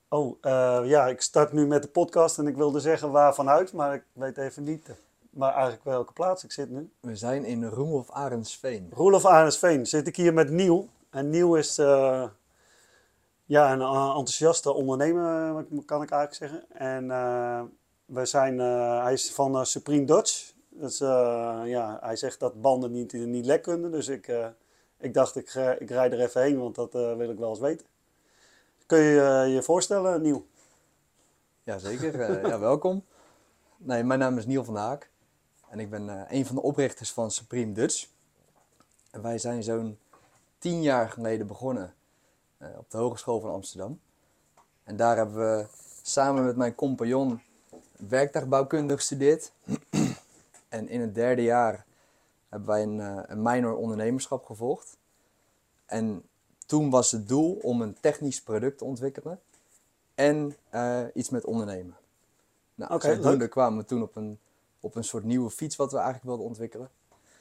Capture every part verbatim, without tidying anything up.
Oh, uh, ja, ik start nu met de podcast en ik wilde zeggen waarvanuit, maar ik weet even niet. Maar eigenlijk welke plaats ik zit nu. We zijn in Roelof Arendsveen. Roelof Arendsveen. Zit ik hier met Niel. En Niel is uh, ja, een uh, enthousiaste ondernemer, kan ik eigenlijk zeggen. En uh, we zijn, uh, hij is van uh, Supreme Dutch. Dus, uh, ja, hij zegt dat banden niet, niet lek kunnen. Dus ik, uh, ik dacht, ik, uh, ik rijd er even heen, want dat uh, wil ik wel eens weten. Kun je uh, je voorstellen, Niel? Jazeker, uh, ja, welkom. Nee, mijn naam is Niel van Haak. En ik ben uh, een van de oprichters van Supreme Dutch. En wij zijn zo'n tien jaar geleden begonnen uh, op de Hogeschool van Amsterdam. En daar hebben we samen met mijn compagnon werktuigbouwkunde gestudeerd. En in het derde jaar hebben wij een, uh, een minor ondernemerschap gevolgd. En toen was het doel om een technisch product te ontwikkelen en uh, iets met ondernemen. Nou, okay, zodoende leuk. kwamen we toen op een, op een soort nieuwe fiets wat we eigenlijk wilden ontwikkelen.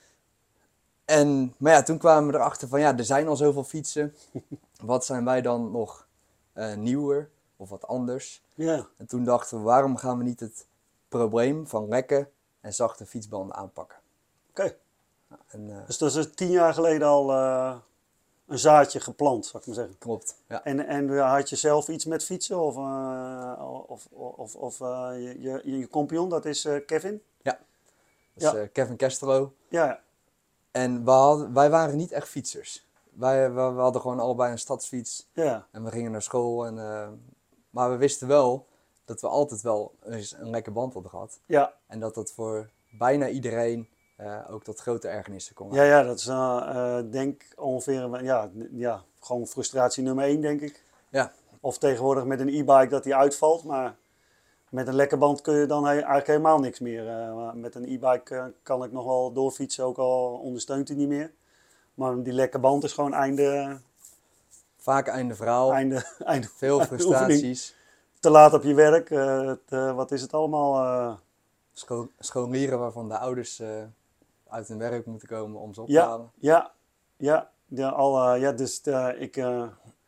En, maar ja, toen kwamen we erachter van ja, er zijn al zoveel fietsen. Wat zijn wij dan nog uh, nieuwer of wat anders? Yeah. En toen dachten we, waarom gaan we niet het probleem van lekke en zachte fietsbanden aanpakken? Oké. Okay. Nou, uh, dus dat is tien jaar geleden al uh, een zaadje geplant, zou ik maar zeggen. Klopt, ja. En, en had je zelf iets met fietsen? Of, uh, of, of, of uh, je, je, je compagnon, dat is uh, Kevin? Ja, dat is ja. uh, Kevin Kestelo. Ja. En we hadden, wij waren niet echt fietsers. Wij, we, we hadden gewoon allebei een stadsfiets. Ja. En we gingen naar school. En, uh, maar we wisten wel dat we altijd wel eens een lekker band hadden gehad. Ja. En dat dat voor bijna iedereen uh, ook tot grote ergernissen kon Ja, ja, dat is uh, uh, denk ongeveer, ja, ja, gewoon frustratie nummer één, denk ik. Ja. Of tegenwoordig met een e-bike dat die uitvalt, maar met een lekke band kun je dan eigenlijk helemaal niks meer. Uh, met een e-bike uh, kan ik nog wel doorfietsen, ook al ondersteunt hij niet meer. Maar die lekke band is gewoon einde... Vaak einde verhaal. Einde, einde, Veel frustraties. Te laat op je werk. Uh, te, wat is het allemaal? Uh... Scho- scholieren waarvan de ouders uh, uit hun werk moeten komen om ze op te ja, halen. Ja, ja, ja, al, uh, ja dus uh, ik, uh,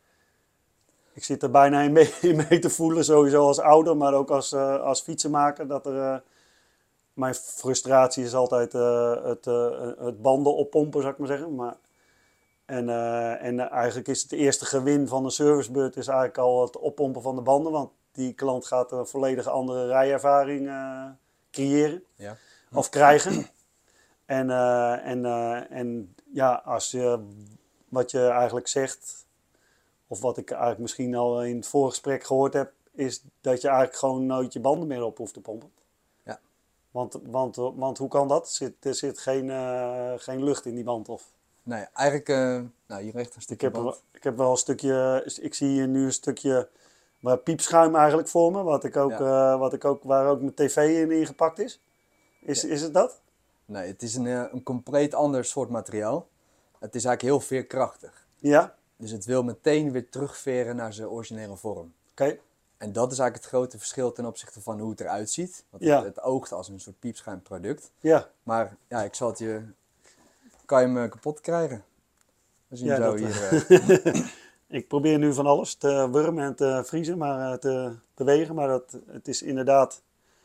ik zit er bijna in mee, in mee te voelen, sowieso als ouder, maar ook als, uh, als fietsenmaker. Dat er, uh, mijn frustratie is altijd uh, het, uh, het banden oppompen, zou ik maar zeggen. Maar, en, uh, en uh, eigenlijk is het eerste gewin van een servicebeurt is eigenlijk al het oppompen van de banden. Want die klant gaat een volledig andere rijervaring uh, creëren. Ja. Of krijgen. En, uh, en, uh, en ja, als je, wat je eigenlijk zegt, of wat ik eigenlijk misschien al in het voorgesprek gehoord heb, is dat je eigenlijk gewoon nooit je banden meer op hoeft te pompen. Ja. Want, want, want hoe kan dat? Zit, er zit geen, uh, geen lucht in die band? Of? Nee, eigenlijk, uh, nou hier ligt een stukje ik heb, band. Ik heb wel een stukje, ik zie hier nu een stukje waar piepschuim eigenlijk voor me, wat ik ook, ja. uh, wat ik ook, waar ook mijn tv in ingepakt is. Is, ja. is het dat? Nee, het is een, een compleet ander soort materiaal. Het is eigenlijk heel veerkrachtig. Ja. Dus het wil meteen weer terugveren naar zijn originele vorm. Oké. Okay. En dat is eigenlijk het grote verschil ten opzichte van hoe het eruit ziet. Want ja. het, het oogt als een soort piepschuimproduct. Ja. Maar ja, ik zal het je... Kan je hem kapot krijgen? We zien ja, zo dat, hier... Uh... ik probeer nu van alles te wurmen en te vriezen, maar te bewegen. Maar dat, het is inderdaad...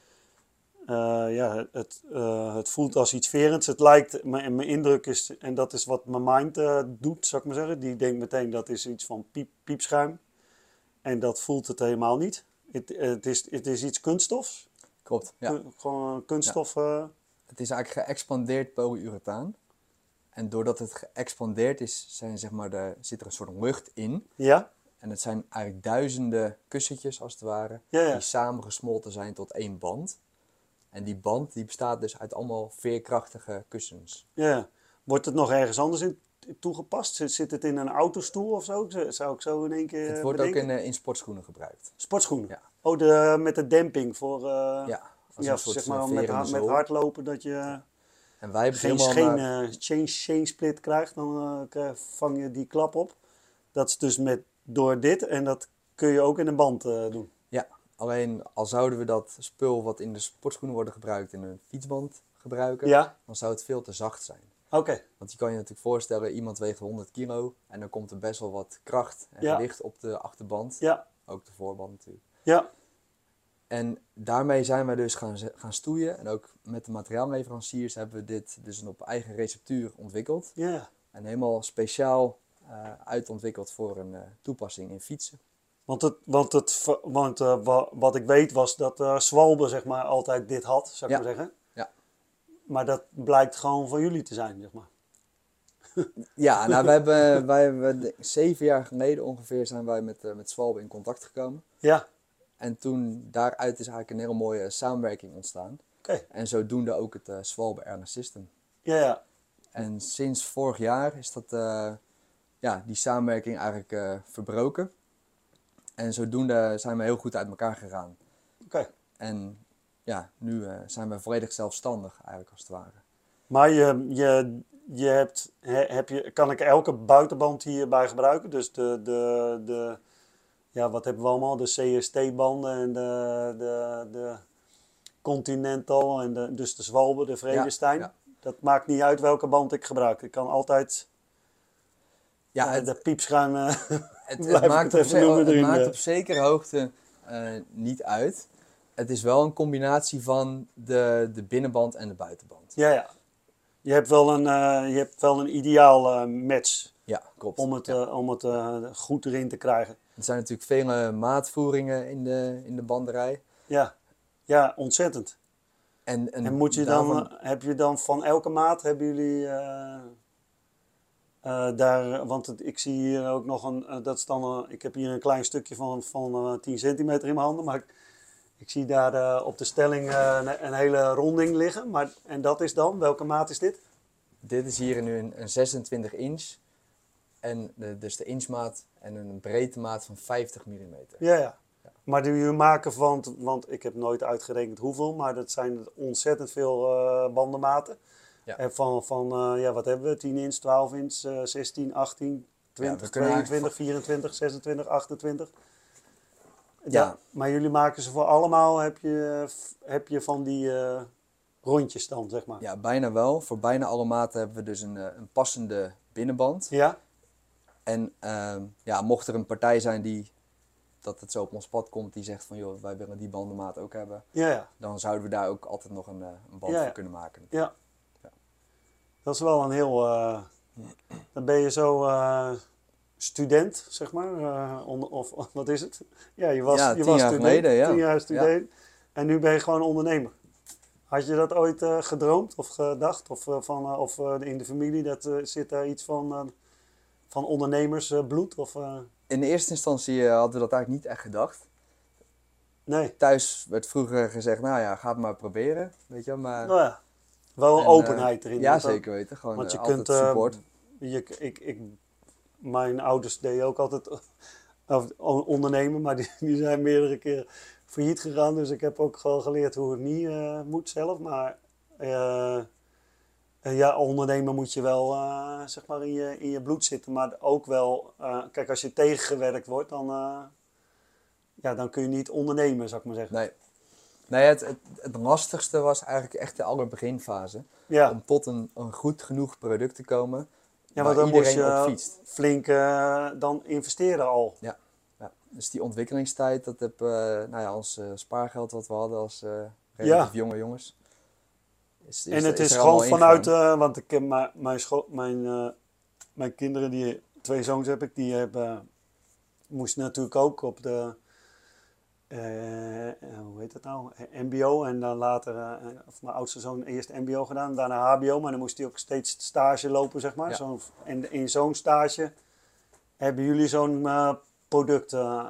Uh, ja, het, uh, het voelt als iets verends. Het lijkt, mijn, mijn indruk is, en dat is wat mijn mind uh, doet, zou ik maar zeggen. Die denkt meteen dat is iets van piep, piepschuim. En dat voelt het helemaal niet. Het, het, is, het is iets kunststofs. Klopt, ja. Gewoon kunststof. Ja. Uh... Het is eigenlijk geëxpandeerd polyurethaan. En doordat het geëxpandeerd is, zijn, zeg maar, de, zit er een soort lucht in. Ja. En het zijn eigenlijk duizenden kussentjes, als het ware, ja, ja. die samengesmolten zijn tot één band. En die band die bestaat dus uit allemaal veerkrachtige kussens. Ja, wordt het nog ergens anders in toegepast? Zit, zit het in een autostoel of zo? Zou ik zo in één keer Het wordt bedenken? ook in, uh, in sportschoenen gebruikt. Sportschoenen? Ja. Oh, de, met de demping voor... Uh, ja, als ja, een soort zeg maar met, ha- met hardlopen dat je... Ja. En wij hebben geen helemaal geen uh, chain, chain split krijgt, dan uh, krijg, vang je die klap op. Dat is dus met, door dit en dat kun je ook in een band uh, doen. Ja, alleen al zouden we dat spul wat in de sportschoenen wordt gebruikt in een fietsband gebruiken, ja? dan zou het veel te zacht zijn. Oké. Okay. Want je kan je natuurlijk voorstellen, iemand weegt honderd kilo en dan komt er best wel wat kracht en ja. gewicht op de achterband. Ja. ook de voorband natuurlijk. Ja, En daarmee zijn wij dus gaan, ze- gaan stoeien. En ook met de materiaalleveranciers hebben we dit dus op eigen receptuur ontwikkeld. ja. En helemaal speciaal uh, uitontwikkeld voor een uh, toepassing in fietsen. Want, het, want, het, want uh, wa, wat ik weet was dat uh, Swalbe zeg maar altijd dit had, zou ik Ja. maar zeggen. Ja. Maar dat blijkt gewoon van jullie te zijn, zeg maar. Ja, nou, wij hebben, wij hebben zeven jaar geleden ongeveer zijn wij met, uh, met Swalbe in contact gekomen. Ja. En toen daaruit is eigenlijk een hele mooie samenwerking ontstaan. Okay. En zodoende ook het uh, Swalbe Airness System. Ja, ja. En sinds vorig jaar is dat, uh, ja, die samenwerking eigenlijk uh, verbroken. En zodoende zijn we heel goed uit elkaar gegaan. Oké. Okay. En ja, nu uh, zijn we volledig zelfstandig eigenlijk als het ware. Maar je, je, je hebt, he, heb je, kan ik elke buitenband hierbij gebruiken? Dus de, de, de ja, wat hebben we allemaal? De C S T-banden en de, de, de Continental en de, dus de Swalbe, de Vredestein. Ja, ja. Dat maakt niet uit welke band ik gebruik. Ik kan altijd ja, uh, het, de piepschuim uh, het, het, maakt, het, op, ze- het erin, maakt uh. op zekere hoogte uh, niet uit. Het is wel een combinatie van de, de binnenband en de buitenband. Ja, ja. Je hebt wel een, uh, je hebt wel een ideaal uh, match. Ja, klopt. Om het, ja. uh, om het uh, goed erin te krijgen. Er zijn natuurlijk vele maatvoeringen in de, in de banderij. Ja, ja, ontzettend. En, en, en moet je daarvan... dan, heb je dan van elke maat, hebben jullie uh, uh, daar, want het, ik zie hier ook nog een, uh, dat is dan, uh, ik heb hier een klein stukje van, van uh, tien centimeter in mijn handen, maar ik, ik zie daar uh, op de stelling uh, een, een hele ronding liggen. Maar, en dat is dan, welke maat is dit? Dit is hier nu een, een zesentwintig inch. En de, dus de inchmaat en een breedtemaat van vijftig millimeter. Ja, ja. Ja. Maar die jullie maken van, want ik heb nooit uitgerekend hoeveel, maar dat zijn ontzettend veel uh, bandenmaten. Ja. En van, van uh, ja, wat hebben we? tien inch, twaalf inch, uh, zestien, achttien, twintig, ja, tweeëntwintig, vierentwintig, zesentwintig, achtentwintig. Ja. Ja, maar jullie maken ze voor allemaal, heb je, heb je van die uh, rondjes dan, zeg maar? Ja, bijna wel. Voor bijna alle maten hebben we dus een, een passende binnenband. Ja. En uh, ja, mocht er een partij zijn die, dat het zo op ons pad komt, die zegt van joh, wij willen die bandenmaat ook hebben. Ja, ja. Dan zouden we daar ook altijd nog een, een band ja, ja. voor kunnen maken. Ja. ja. Dat is wel een heel, uh, dan ben je zo uh, student, zeg maar, uh, on, of, of wat is het? Ja, je was, ja, je tien was jaar student, geleden, ja. tien jaar student ja. En nu ben je gewoon ondernemer. Had je dat ooit uh, gedroomd of gedacht? Of, uh, van, uh, of uh, in de familie, dat, uh, zit daar iets van, uh, van ondernemersbloed? Of, uh... In de eerste instantie uh, hadden we dat eigenlijk niet echt gedacht. Nee. Thuis werd vroeger gezegd, nou ja, ga het maar proberen, weet je, maar... Nou ja, wel een openheid uh, erin. Ja, zeker weten, gewoon want je uh, kunt, altijd support. Uh, je, ik, ik, mijn ouders deden ook altijd uh, ondernemen, maar die, die zijn meerdere keren failliet gegaan. Dus ik heb ook gewoon geleerd hoe het niet uh, moet zelf. Maar uh, uh, ja, ondernemen moet je wel uh, zeg maar in je, in je bloed zitten. Maar ook wel, uh, kijk, als je tegengewerkt wordt, dan, uh, ja, dan kun je niet ondernemen, zou ik maar zeggen. Nee, nee het, het, het lastigste was eigenlijk echt de allerbeginfase. Ja. Om tot een, een goed genoeg product te komen. Ja, waar maar dan iedereen moest je op fietst. flink uh, dan investeren al. Ja. Ja, dus die ontwikkelingstijd, dat heb uh, nou ja, ons uh, spaargeld wat we hadden als uh, relatief ja. jonge jongens. Is, is, en het is, is gewoon vanuit, uh, want ik heb mijn, mijn, school, mijn, uh, mijn kinderen, die, twee zoons heb ik, die hebben, moesten natuurlijk ook op de, uh, hoe heet dat nou, M B O en dan later, uh, of mijn oudste zoon eerst M B O gedaan, daarna H B O, maar dan moest hij ook steeds stage lopen, zeg maar. Ja. Zo, en in zo'n stage hebben jullie zo'n uh, product uh,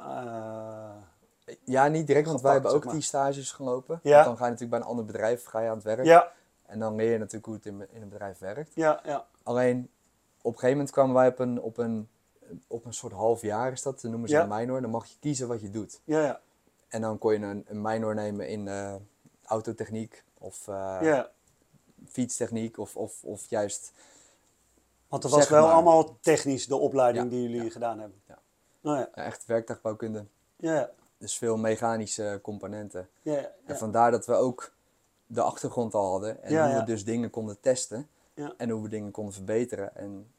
ja, niet direct, want gepakt, wij hebben ook zeg maar. die stages gelopen. Ja. Want dan ga je natuurlijk bij een ander bedrijf ga je aan het werk. Ja. En dan leer je natuurlijk hoe het in, in een bedrijf werkt. Ja, ja. Alleen, op een gegeven moment kwamen wij op een, op een, op een soort half jaar, is dat, noemen ze ja. een minor. Dan mag je kiezen wat je doet. Ja, ja. En dan kon je een, een minor nemen in uh, autotechniek of uh, ja. fietstechniek of, of, of juist... Want het was wel maar. allemaal technisch, de opleiding ja. die jullie ja. gedaan hebben. Ja. Oh, ja. Ja, echt werktuigbouwkunde. Ja. Dus veel mechanische componenten. Ja, ja. En vandaar dat we ook de achtergrond al hadden. En ja, hoe ja. we dus dingen konden testen. Ja. En hoe we dingen konden verbeteren. En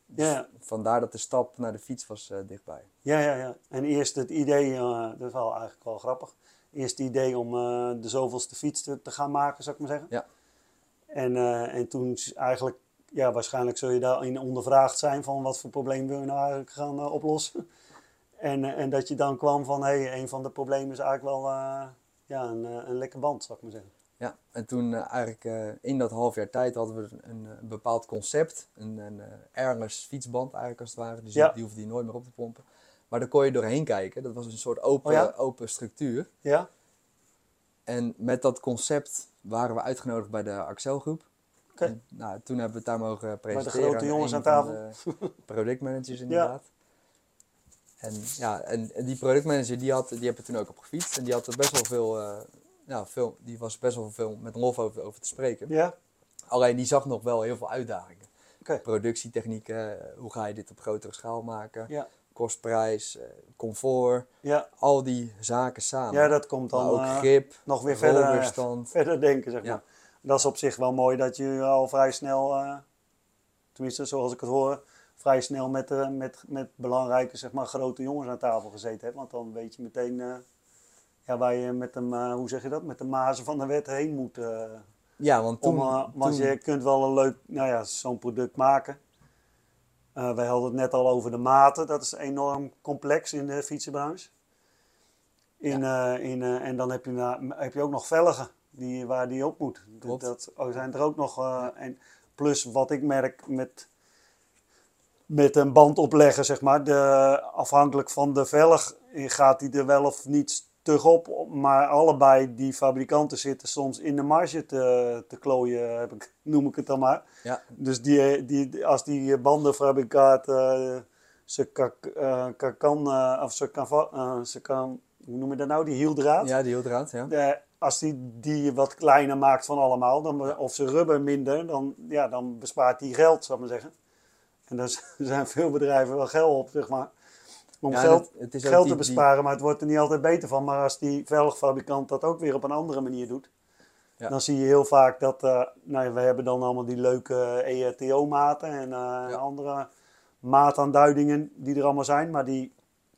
Dus Ja. vandaar dat de stap naar de fiets was uh, dichtbij. Ja, ja, ja. En eerst het idee, uh, dat is wel eigenlijk wel grappig. Eerst het idee om uh, de zoveelste fiets te, te gaan maken, zou ik maar zeggen. Ja. En, uh, en toen eigenlijk, ja, waarschijnlijk zul je daarin ondervraagd zijn van wat voor probleem wil je nou eigenlijk gaan uh, oplossen. En, uh, en dat je dan kwam van, hé, hey, een van de problemen is eigenlijk wel uh, ja, een, een lekker band, zou ik maar zeggen. Ja, en toen uh, eigenlijk uh, in dat half jaar tijd hadden we een, een bepaald concept. Een, een uh, airless fietsband eigenlijk als het ware. Dus Ja. die hoefde je nooit meer op te pompen. Maar daar kon je doorheen kijken. Dat was een soort open, Oh ja? open structuur. Ja? En met dat concept waren we uitgenodigd bij de Axel-groep. Oké. Okay. Nou, toen hebben we het daar mogen presenteren. Bij de grote jongens aan tafel. De productmanagers inderdaad. Ja. En, ja, en, en die productmanager die, had, die heb er toen ook op gefietst. En die had er best wel veel, uh, ja, veel, die was best wel veel met lof over, over te spreken. Ja? Alleen die zag nog wel heel veel uitdagingen. Okay. Productietechnieken, hoe ga je dit op grotere schaal maken? Ja. Kostprijs, uh, comfort, ja. al die zaken samen. Ja, dat komt dan maar ook uh, grip, nog weer verder, verder denken, zeg maar. Ja. Dat is op zich wel mooi dat je al vrij snel, uh, tenminste zoals ik het hoor, vrij snel met, uh, met, met belangrijke, zeg maar, grote jongens aan tafel gezeten hebt. Want dan weet je meteen uh, ja, waar je met hem, uh, hoe zeg je dat, met de mazen van de wet heen moet. Uh, ja, want toen... Om, uh, want toen... je kunt wel een leuk, nou ja, zo'n product maken. Uh, wij hadden het net al over de maten, dat is enorm complex in de fietsenbranche. In, ja. uh, in, uh, en dan heb je, uh, heb je ook nog velgen die, waar die op moet. Klopt. Dat oh, zijn er ook nog. Uh, ja. En plus wat ik merk met, met een band opleggen, zeg maar. De, afhankelijk van de velg gaat die er wel of niet stug op. Maar allebei die fabrikanten zitten soms in de marge te, te klooien, heb ik, noem ik het dan maar. Ja. Dus die, die, als die bandenfabrikaat uh, ze kan, uh, kan, uh, of ze kan, uh, ze kan, hoe noem je dat nou, die hieldraad? Ja, die hieldraad, ja. De, als die die wat kleiner maakt van allemaal, dan, of ze rubber minder, dan, ja, dan bespaart die geld, zou ik maar zeggen. En daar zijn veel bedrijven wel geld op, zeg maar. Om ja, geld, het, het is geld die, te besparen, maar het wordt er niet altijd beter van. Maar als die velgfabrikant dat ook weer op een andere manier doet, ja. dan zie je heel vaak dat, uh, nou ja, we hebben dan allemaal die leuke E R T O-maten en uh, ja. andere maataanduidingen die er allemaal zijn. Maar die,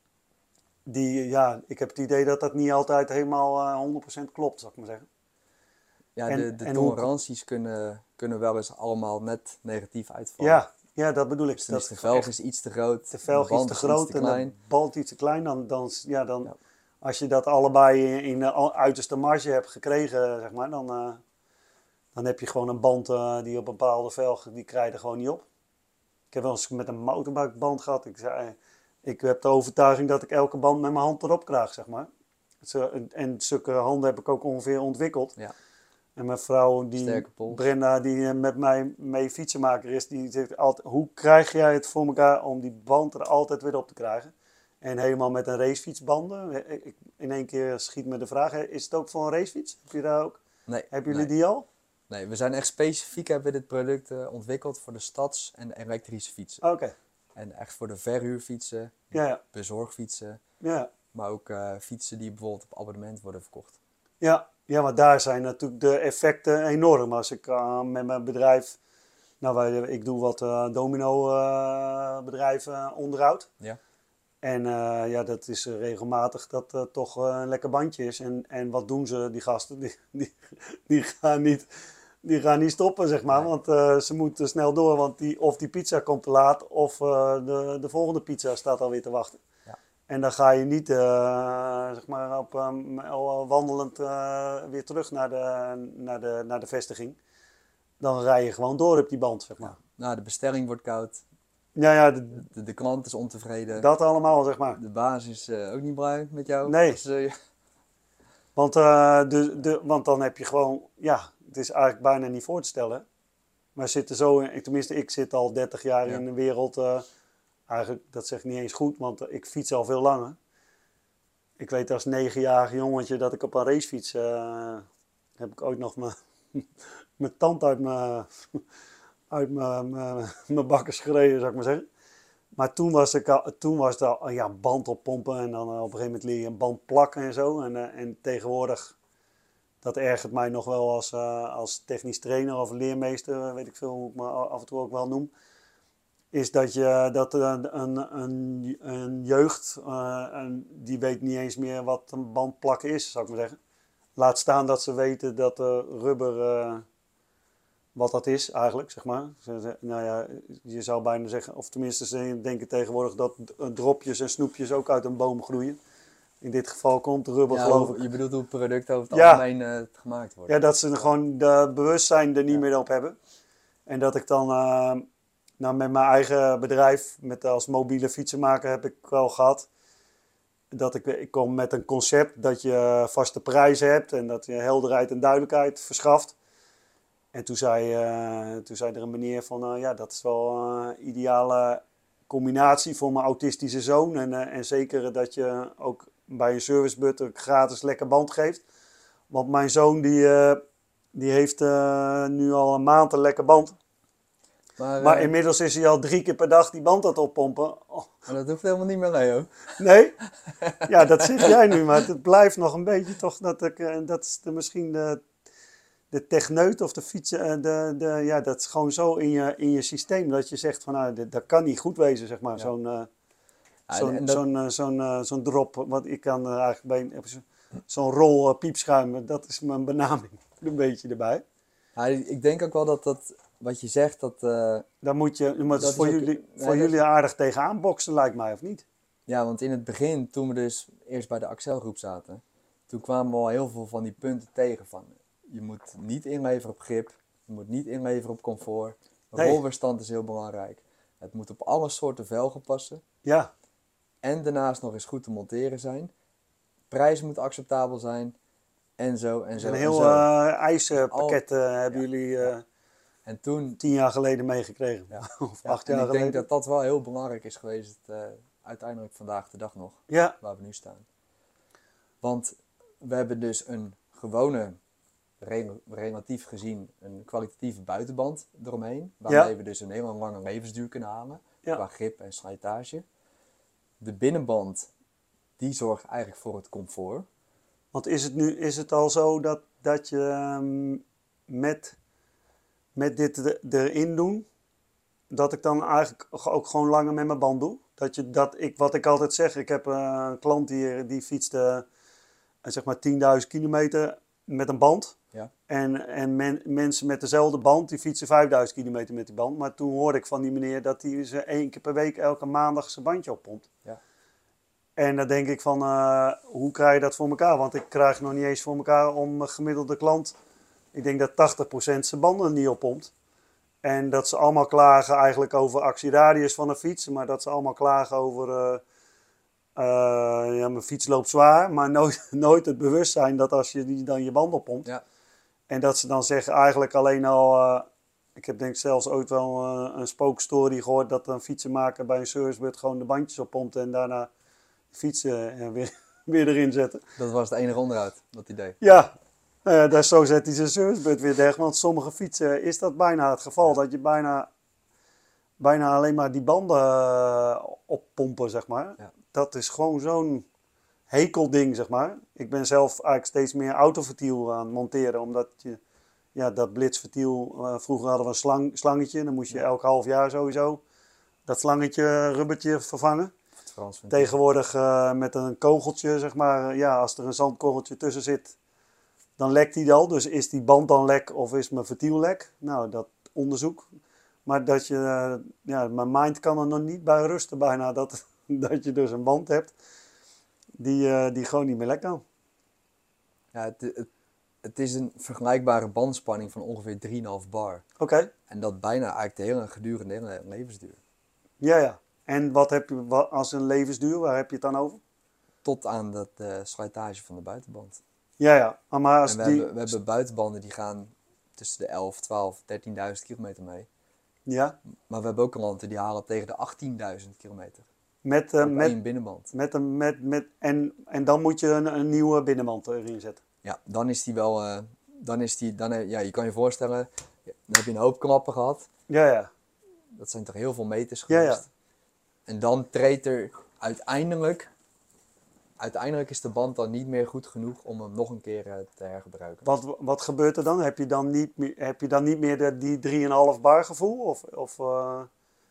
die, ja, ik heb het idee dat dat niet altijd helemaal uh, honderd procent klopt, zou ik maar zeggen. Ja, en, de, de en toleranties hoe... kunnen, kunnen wel eens allemaal net negatief uitvallen. Ja. Ja, dat bedoel ik. Dus dat de velg is iets te groot, de velg de band iets te groot iets te en klein. de band iets te klein. Dan, dan, ja, dan, ja. Als je dat allebei in de uiterste marge hebt gekregen, zeg maar, dan, uh, dan heb je gewoon een band uh, die op een bepaalde velg, die krijg je er gewoon niet op. Ik heb wel eens met een motorbikeband gehad. Ik, zei, ik heb de overtuiging dat ik elke band met mijn hand erop krijg, zeg maar. En zulke handen heb ik ook ongeveer ontwikkeld. Ja. En mijn vrouw, die Brenda, die met mij mee fietsenmaker is, die zegt altijd, hoe krijg jij het voor elkaar om die band er altijd weer op te krijgen? En helemaal met een racefietsbanden. In één keer schiet me de vraag, is het ook voor een racefiets? Heb je daar ook? Nee. Hebben jullie nee. die al? Nee, we zijn echt specifiek, hebben we dit product uh, ontwikkeld voor de stads- en elektrische fietsen. Oké. Okay. En echt voor de verhuurfietsen, ja, ja. bezorgfietsen, ja. maar ook uh, fietsen die bijvoorbeeld op abonnement worden verkocht. Ja. Ja, want daar zijn natuurlijk de effecten enorm. Als ik uh, met mijn bedrijf, nou wij, ik doe wat uh, domino uh, bedrijven uh, onderhoud. Ja. En uh, ja, dat is uh, regelmatig dat uh, toch uh, een lekker bandje is. En, en wat doen ze, die gasten? Die, die, die, gaan, niet, die gaan niet stoppen, zeg maar. Nee. Want uh, ze moeten snel door, want die, of die pizza komt te laat of uh, de, de volgende pizza staat alweer te wachten. Ja. En dan ga je niet uh, zeg maar op, um, wandelend uh, weer terug naar de, naar, de, naar de vestiging. Dan rij je gewoon door op die band, zeg maar. Ja. Nou, de bestelling wordt koud. Ja, ja, de, de, de klant is ontevreden. Dat allemaal, zeg maar. De baas is uh, ook niet blij met jou. Nee. Dus, uh, ja. want, uh, de, de, want dan heb je gewoon, ja, het is eigenlijk bijna niet voor te stellen. Maar zitten zo, in, tenminste ik zit al dertig jaar ja. in de wereld... Uh, Eigenlijk, dat zeg ik niet eens goed, want ik fiets al veel langer. Ik weet als negenjarig jongetje dat ik op een racefiets... Uh, heb ik ooit nog mijn tand uit mijn uit mijn bakkers gereden, zou ik maar zeggen. Maar toen was, ik al, toen was het al ja, band oppompen en dan op een gegeven moment leer je een band plakken en zo. En, uh, en tegenwoordig, dat ergert mij nog wel als, uh, als technisch trainer of leermeester, weet ik veel hoe ik me af en toe ook wel noem. is dat, je, dat een, een, een, een jeugd, uh, een, die weet niet eens meer wat een bandplakken is, zou ik maar zeggen. Laat staan dat ze weten dat uh, rubber, uh, wat dat is eigenlijk, zeg maar. Nou ja, je zou bijna zeggen, of tenminste ze denken tegenwoordig dat dropjes en snoepjes ook uit een boom groeien. In dit geval komt rubber, ja, geloof hoe, ik. je bedoelt hoe producten over het Ja. algemeen uh, gemaakt worden. Ja, dat ze gewoon de bewustzijn er niet Ja. meer op hebben. En dat ik dan, uh, nou met mijn eigen bedrijf, met, als mobiele fietsenmaker heb ik wel gehad. Dat ik, ik kom met een concept dat je vaste prijzen hebt en dat je helderheid en duidelijkheid verschaft. En toen zei, uh, toen zei er een meneer van, uh, ja, dat is wel een ideale combinatie voor mijn autistische zoon. En, uh, en zeker dat je ook bij een servicebut een gratis lekker band geeft. Want mijn zoon die, uh, die heeft uh, nu al een maand een lekker band. Maar, Maar uh, inmiddels is hij al drie keer per dag die band aan het oppompen. Oh. Maar dat hoeft helemaal niet meer, Leo. Nee? Ja, dat zeg jij nu, maar het blijft nog een beetje toch dat ik, uh, dat is de, misschien de, de techneut of de fietsen, uh, de, de, ja, dat is gewoon zo in je, in je systeem dat je zegt van, nou, dat, dat kan niet goed wezen, zeg maar, ja. zo'n, uh, Ja, zo'n, en dat... zo'n, uh, zo'n, uh, zo'n drop, wat ik kan uh, eigenlijk bij, zo, zo'n rol uh, piepschuim, dat is mijn benaming, een beetje erbij. Ja, ik denk ook wel dat dat, wat je zegt, dat... Uh, Daar moet je, maar dat is voor, is ook, jullie, nee, voor jullie is... aardig tegenaan boksen, lijkt mij, of niet? Ja, want in het begin, toen we dus eerst bij de Axel-groep zaten, toen kwamen we al heel veel van die punten tegen van, je moet niet inleveren op grip, je moet niet inleveren op comfort, Nee. rolweerstand is heel belangrijk, het moet op alle soorten velgen passen. Ja. En daarnaast nog eens goed te monteren zijn, prijs moet acceptabel zijn, en zo en zo Een en heel zo. Uh, ijzerpakket uh, hebben ja, jullie uh, ja. En toen, tien jaar geleden meegekregen. Ja. Of ja, acht en jaar ik geleden. denk dat dat wel heel belangrijk is geweest, uh, uiteindelijk vandaag de dag nog, ja. waar we nu staan. Want we hebben dus een gewone, re- relatief gezien, een kwalitatieve buitenband eromheen. Waarmee ja. we dus een hele lange levensduur kunnen halen, ja. qua grip en slijtage. De binnenband, die zorgt eigenlijk voor het comfort. Want is het nu is het al zo dat, dat je um, met, met dit de, erin doen, dat ik dan eigenlijk ook gewoon langer met mijn band doe? Dat je, dat ik, wat ik altijd zeg, ik heb uh, een klant die, die fietste uh, zeg maar tienduizend kilometer met een band. Ja. En, en men, mensen met dezelfde band, die fietsen vijfduizend kilometer met die band. Maar toen hoorde ik van die meneer dat hij ze één keer per week, elke maandag zijn bandje oppompt. Ja. En dan denk ik van, uh, hoe krijg je dat voor elkaar? Want ik krijg nog niet eens voor elkaar om een gemiddelde klant, ik denk dat tachtig procent zijn banden niet oppompt. En dat ze allemaal klagen eigenlijk over actieradius van een fiets, maar dat ze allemaal klagen over, uh, uh, ja, mijn fiets loopt zwaar, maar nooit, nooit het bewustzijn dat als je die dan je band oppompt. Ja. En dat ze dan zeggen eigenlijk alleen al, uh, ik heb denk ik zelfs ooit wel uh, een spookstory gehoord dat een fietsenmaker bij een servicebut gewoon de bandjes oppompt en daarna de fietsen uh, weer, weer erin zetten. Dat was het enige onderhoud, dat hij deed. Ja, nou ja, daar zo zet hij zijn servicebut weer dicht, want sommige fietsen is dat bijna het geval, ja. Dat je bijna, bijna alleen maar die banden uh, oppompen, zeg maar. Ja. Dat is gewoon zo'n hekelding, zeg maar. Ik ben zelf eigenlijk steeds meer autoventiel aan het monteren, omdat je, ja, dat blitzventiel, uh, vroeger hadden we een slang, slangetje, dan moest je ja. elk half jaar sowieso dat slangetje, rubbertje vervangen. Het Frans Tegenwoordig uh, met een kogeltje, zeg maar, uh, ja, als er een zandkorreltje tussen zit, dan lekt die al. Dus is die band dan lek of is mijn ventiel lek? Nou, dat onderzoek. Maar dat je, uh, ja, mijn mind kan er nog niet bij rusten bijna, dat, dat je dus een band hebt die, uh, die gewoon niet meer lek kan. Ja, het, het, het is een vergelijkbare bandspanning van ongeveer drie komma vijf bar. Oké. Okay. En dat bijna eigenlijk de hele gedurende hele levensduur. Ja, ja. En wat heb je wat, als een levensduur, waar heb je het dan over? Tot aan de uh, slijtage van de buitenband. Ja, ja. Maar als en we, die... hebben, we hebben buitenbanden die gaan tussen de elf, twaalf, dertienduizend kilometer mee. Ja. Maar we hebben ook klanten die halen tegen de achttienduizend kilometer. Met, uh, op met één binnenband. Met een, met, met, en, en dan moet je een, een nieuwe binnenband erin zetten. Ja, dan is die wel... Uh, dan is die, dan, ja, je kan je voorstellen, dan heb je een hoop klappen gehad. Ja, ja. Dat zijn toch heel veel meters geweest. Ja, ja. En dan treedt er uiteindelijk... Uiteindelijk is de band dan niet meer goed genoeg om hem nog een keer uh, te hergebruiken. Wat, wat gebeurt er dan? Heb je dan niet meer, heb je dan niet meer de, die drie komma vijf bar gevoel? Of, of, uh...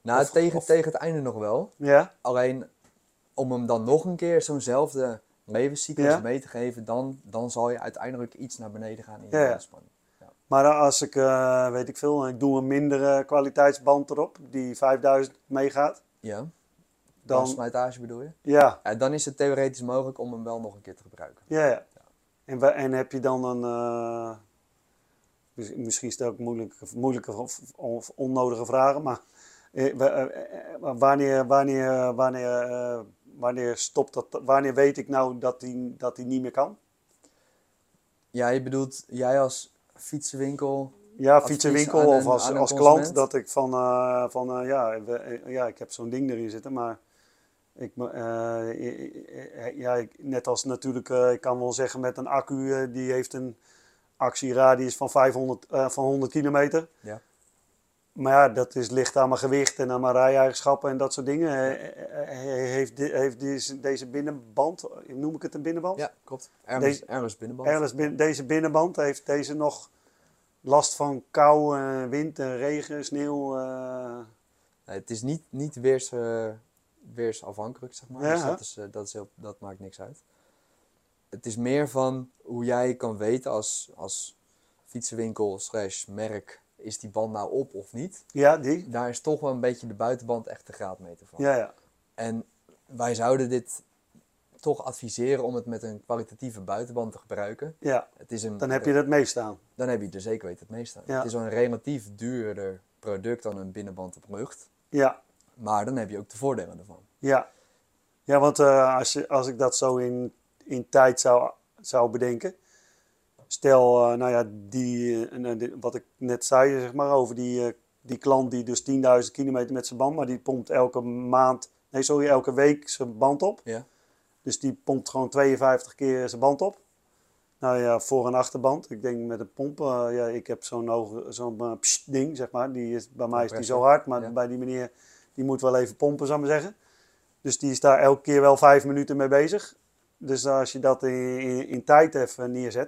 Nou, Of- tegen, of- tegen het einde nog wel. Ja? Alleen om hem dan nog een keer zo'nzelfde levenscyclus Ja. mee te geven, dan, dan zal je uiteindelijk iets naar beneden gaan in je Ja, ja. bandspanning. Maar als ik, eh, weet ik veel, ik doe een mindere kwaliteitsband erop, die vijfduizend meegaat, Ja, dan, bandslijtage bedoel je? ja, Ja, dan is het theoretisch mogelijk om hem wel nog een keer te gebruiken. ja, ja. En, wa- en heb je dan een, eh, mis- misschien stel ik moeilijke, moeilijke of, of onnodige vragen, maar eh, wa- eh, eh, wanneer, wanneer, wanneer, eh, wanneer stopt dat, wanneer weet ik nou dat die, dat die niet meer kan? Ja, je bedoelt, jij als fietsenwinkel, Ja, advies fietsenwinkel aan of een- als, aan een als consument? klant dat ik van, eh, van eh, ja, we- eh, ja, ik heb zo'n ding erin zitten, maar ik, eh, eh, eh, ja, ik- net als natuurlijk, eh, ik kan wel zeggen met een accu, eh, die heeft een actieradius van vijfhonderd, eh, van honderd kilometer. Ja. Maar ja, dat is, ligt aan mijn gewicht en aan mijn rijeigenschappen en dat soort dingen. Eh, eh, eh, Heeft, di- heeft deze, deze binnenband, noem ik het een binnenband? Ja, klopt. Airless, Deze- airless binnenband. Ergens bin- deze binnenband, heeft deze nog last van kou, eh, wind, en regen, sneeuw? eh? Nee, het is niet, niet weers, eh, weersafhankelijk, zeg maar. Ja, Dus hè? dat, is, eh, dat, is heel, dat maakt niks uit. Het is meer van hoe jij kan weten als, als fietsenwinkel slash merk, is die band nou op of niet? Ja, die? Daar is toch wel een beetje de buitenband echt de graadmeter van. Ja, ja. En wij zouden dit toch adviseren om het met een kwalitatieve buitenband te gebruiken. Ja, Het is een, dan heb je dat meestaan. dan heb je er zeker weten het meeste aan. Ja. Het is wel een relatief duurder product dan een binnenband op lucht. Ja, Maar dan heb je ook de voordelen ervan. ja. Ja, want eh, als, je, als ik dat zo in, in tijd zou, zou bedenken. Stel, eh, nou ja, die, eh, nou, die- wat ik net zei, zeg maar, over die, eh, die klant die dus tienduizend kilometer met zijn band, maar die pompt elke maand, nee sorry, elke week zijn band op. Ja. Dus die pompt gewoon tweeënvijftig keer zijn band op. Nou ja, voor- en achterband. Ik denk met een pomp, eh, ja, ik heb zo'n hoge- zo'n eh, pssst ding, zeg maar. Die is, bij mij is die zo hard, maar Ja. bij die meneer, die moet wel even pompen, zou ik maar zeggen. Dus die is daar elke keer wel vijf minuten mee bezig. Dus als je dat in, in, in tijd even neerzet.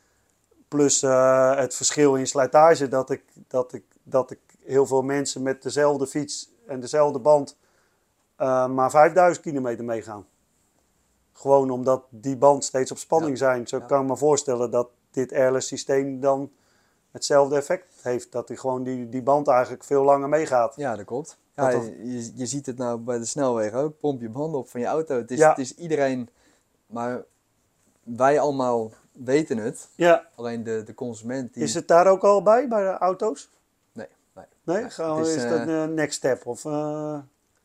Plus eh, het verschil in slijtage, dat ik, dat, ik, dat ik heel veel mensen met dezelfde fiets en dezelfde band eh, maar vijfduizend kilometer meegaan. Gewoon omdat die band steeds op spanning Ja. zijn. Zo Ja. kan ik me voorstellen dat dit airless systeem dan hetzelfde effect heeft. Dat die gewoon die, die band eigenlijk veel langer meegaat. Ja, dat klopt. Ja, Dat je, je ziet het nou bij de snelwegen ook. Pomp je banden op van je auto. Het is, Ja. het is iedereen... Maar wij allemaal weten het. Ja, Alleen de, de consument die... is het daar ook al bij, bij de auto's? Nee, nee. Nee, Nee, Gaan we- het is, is, dat eh, een next step? Of, eh,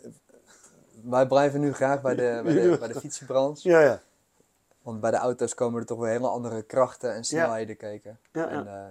Wij blijven nu graag bij de, bij de, bij de fietsenbranche. ja, ja. Want bij de auto's komen er toch weer hele andere krachten en snelheden kijken. Ja, en, ja. eh,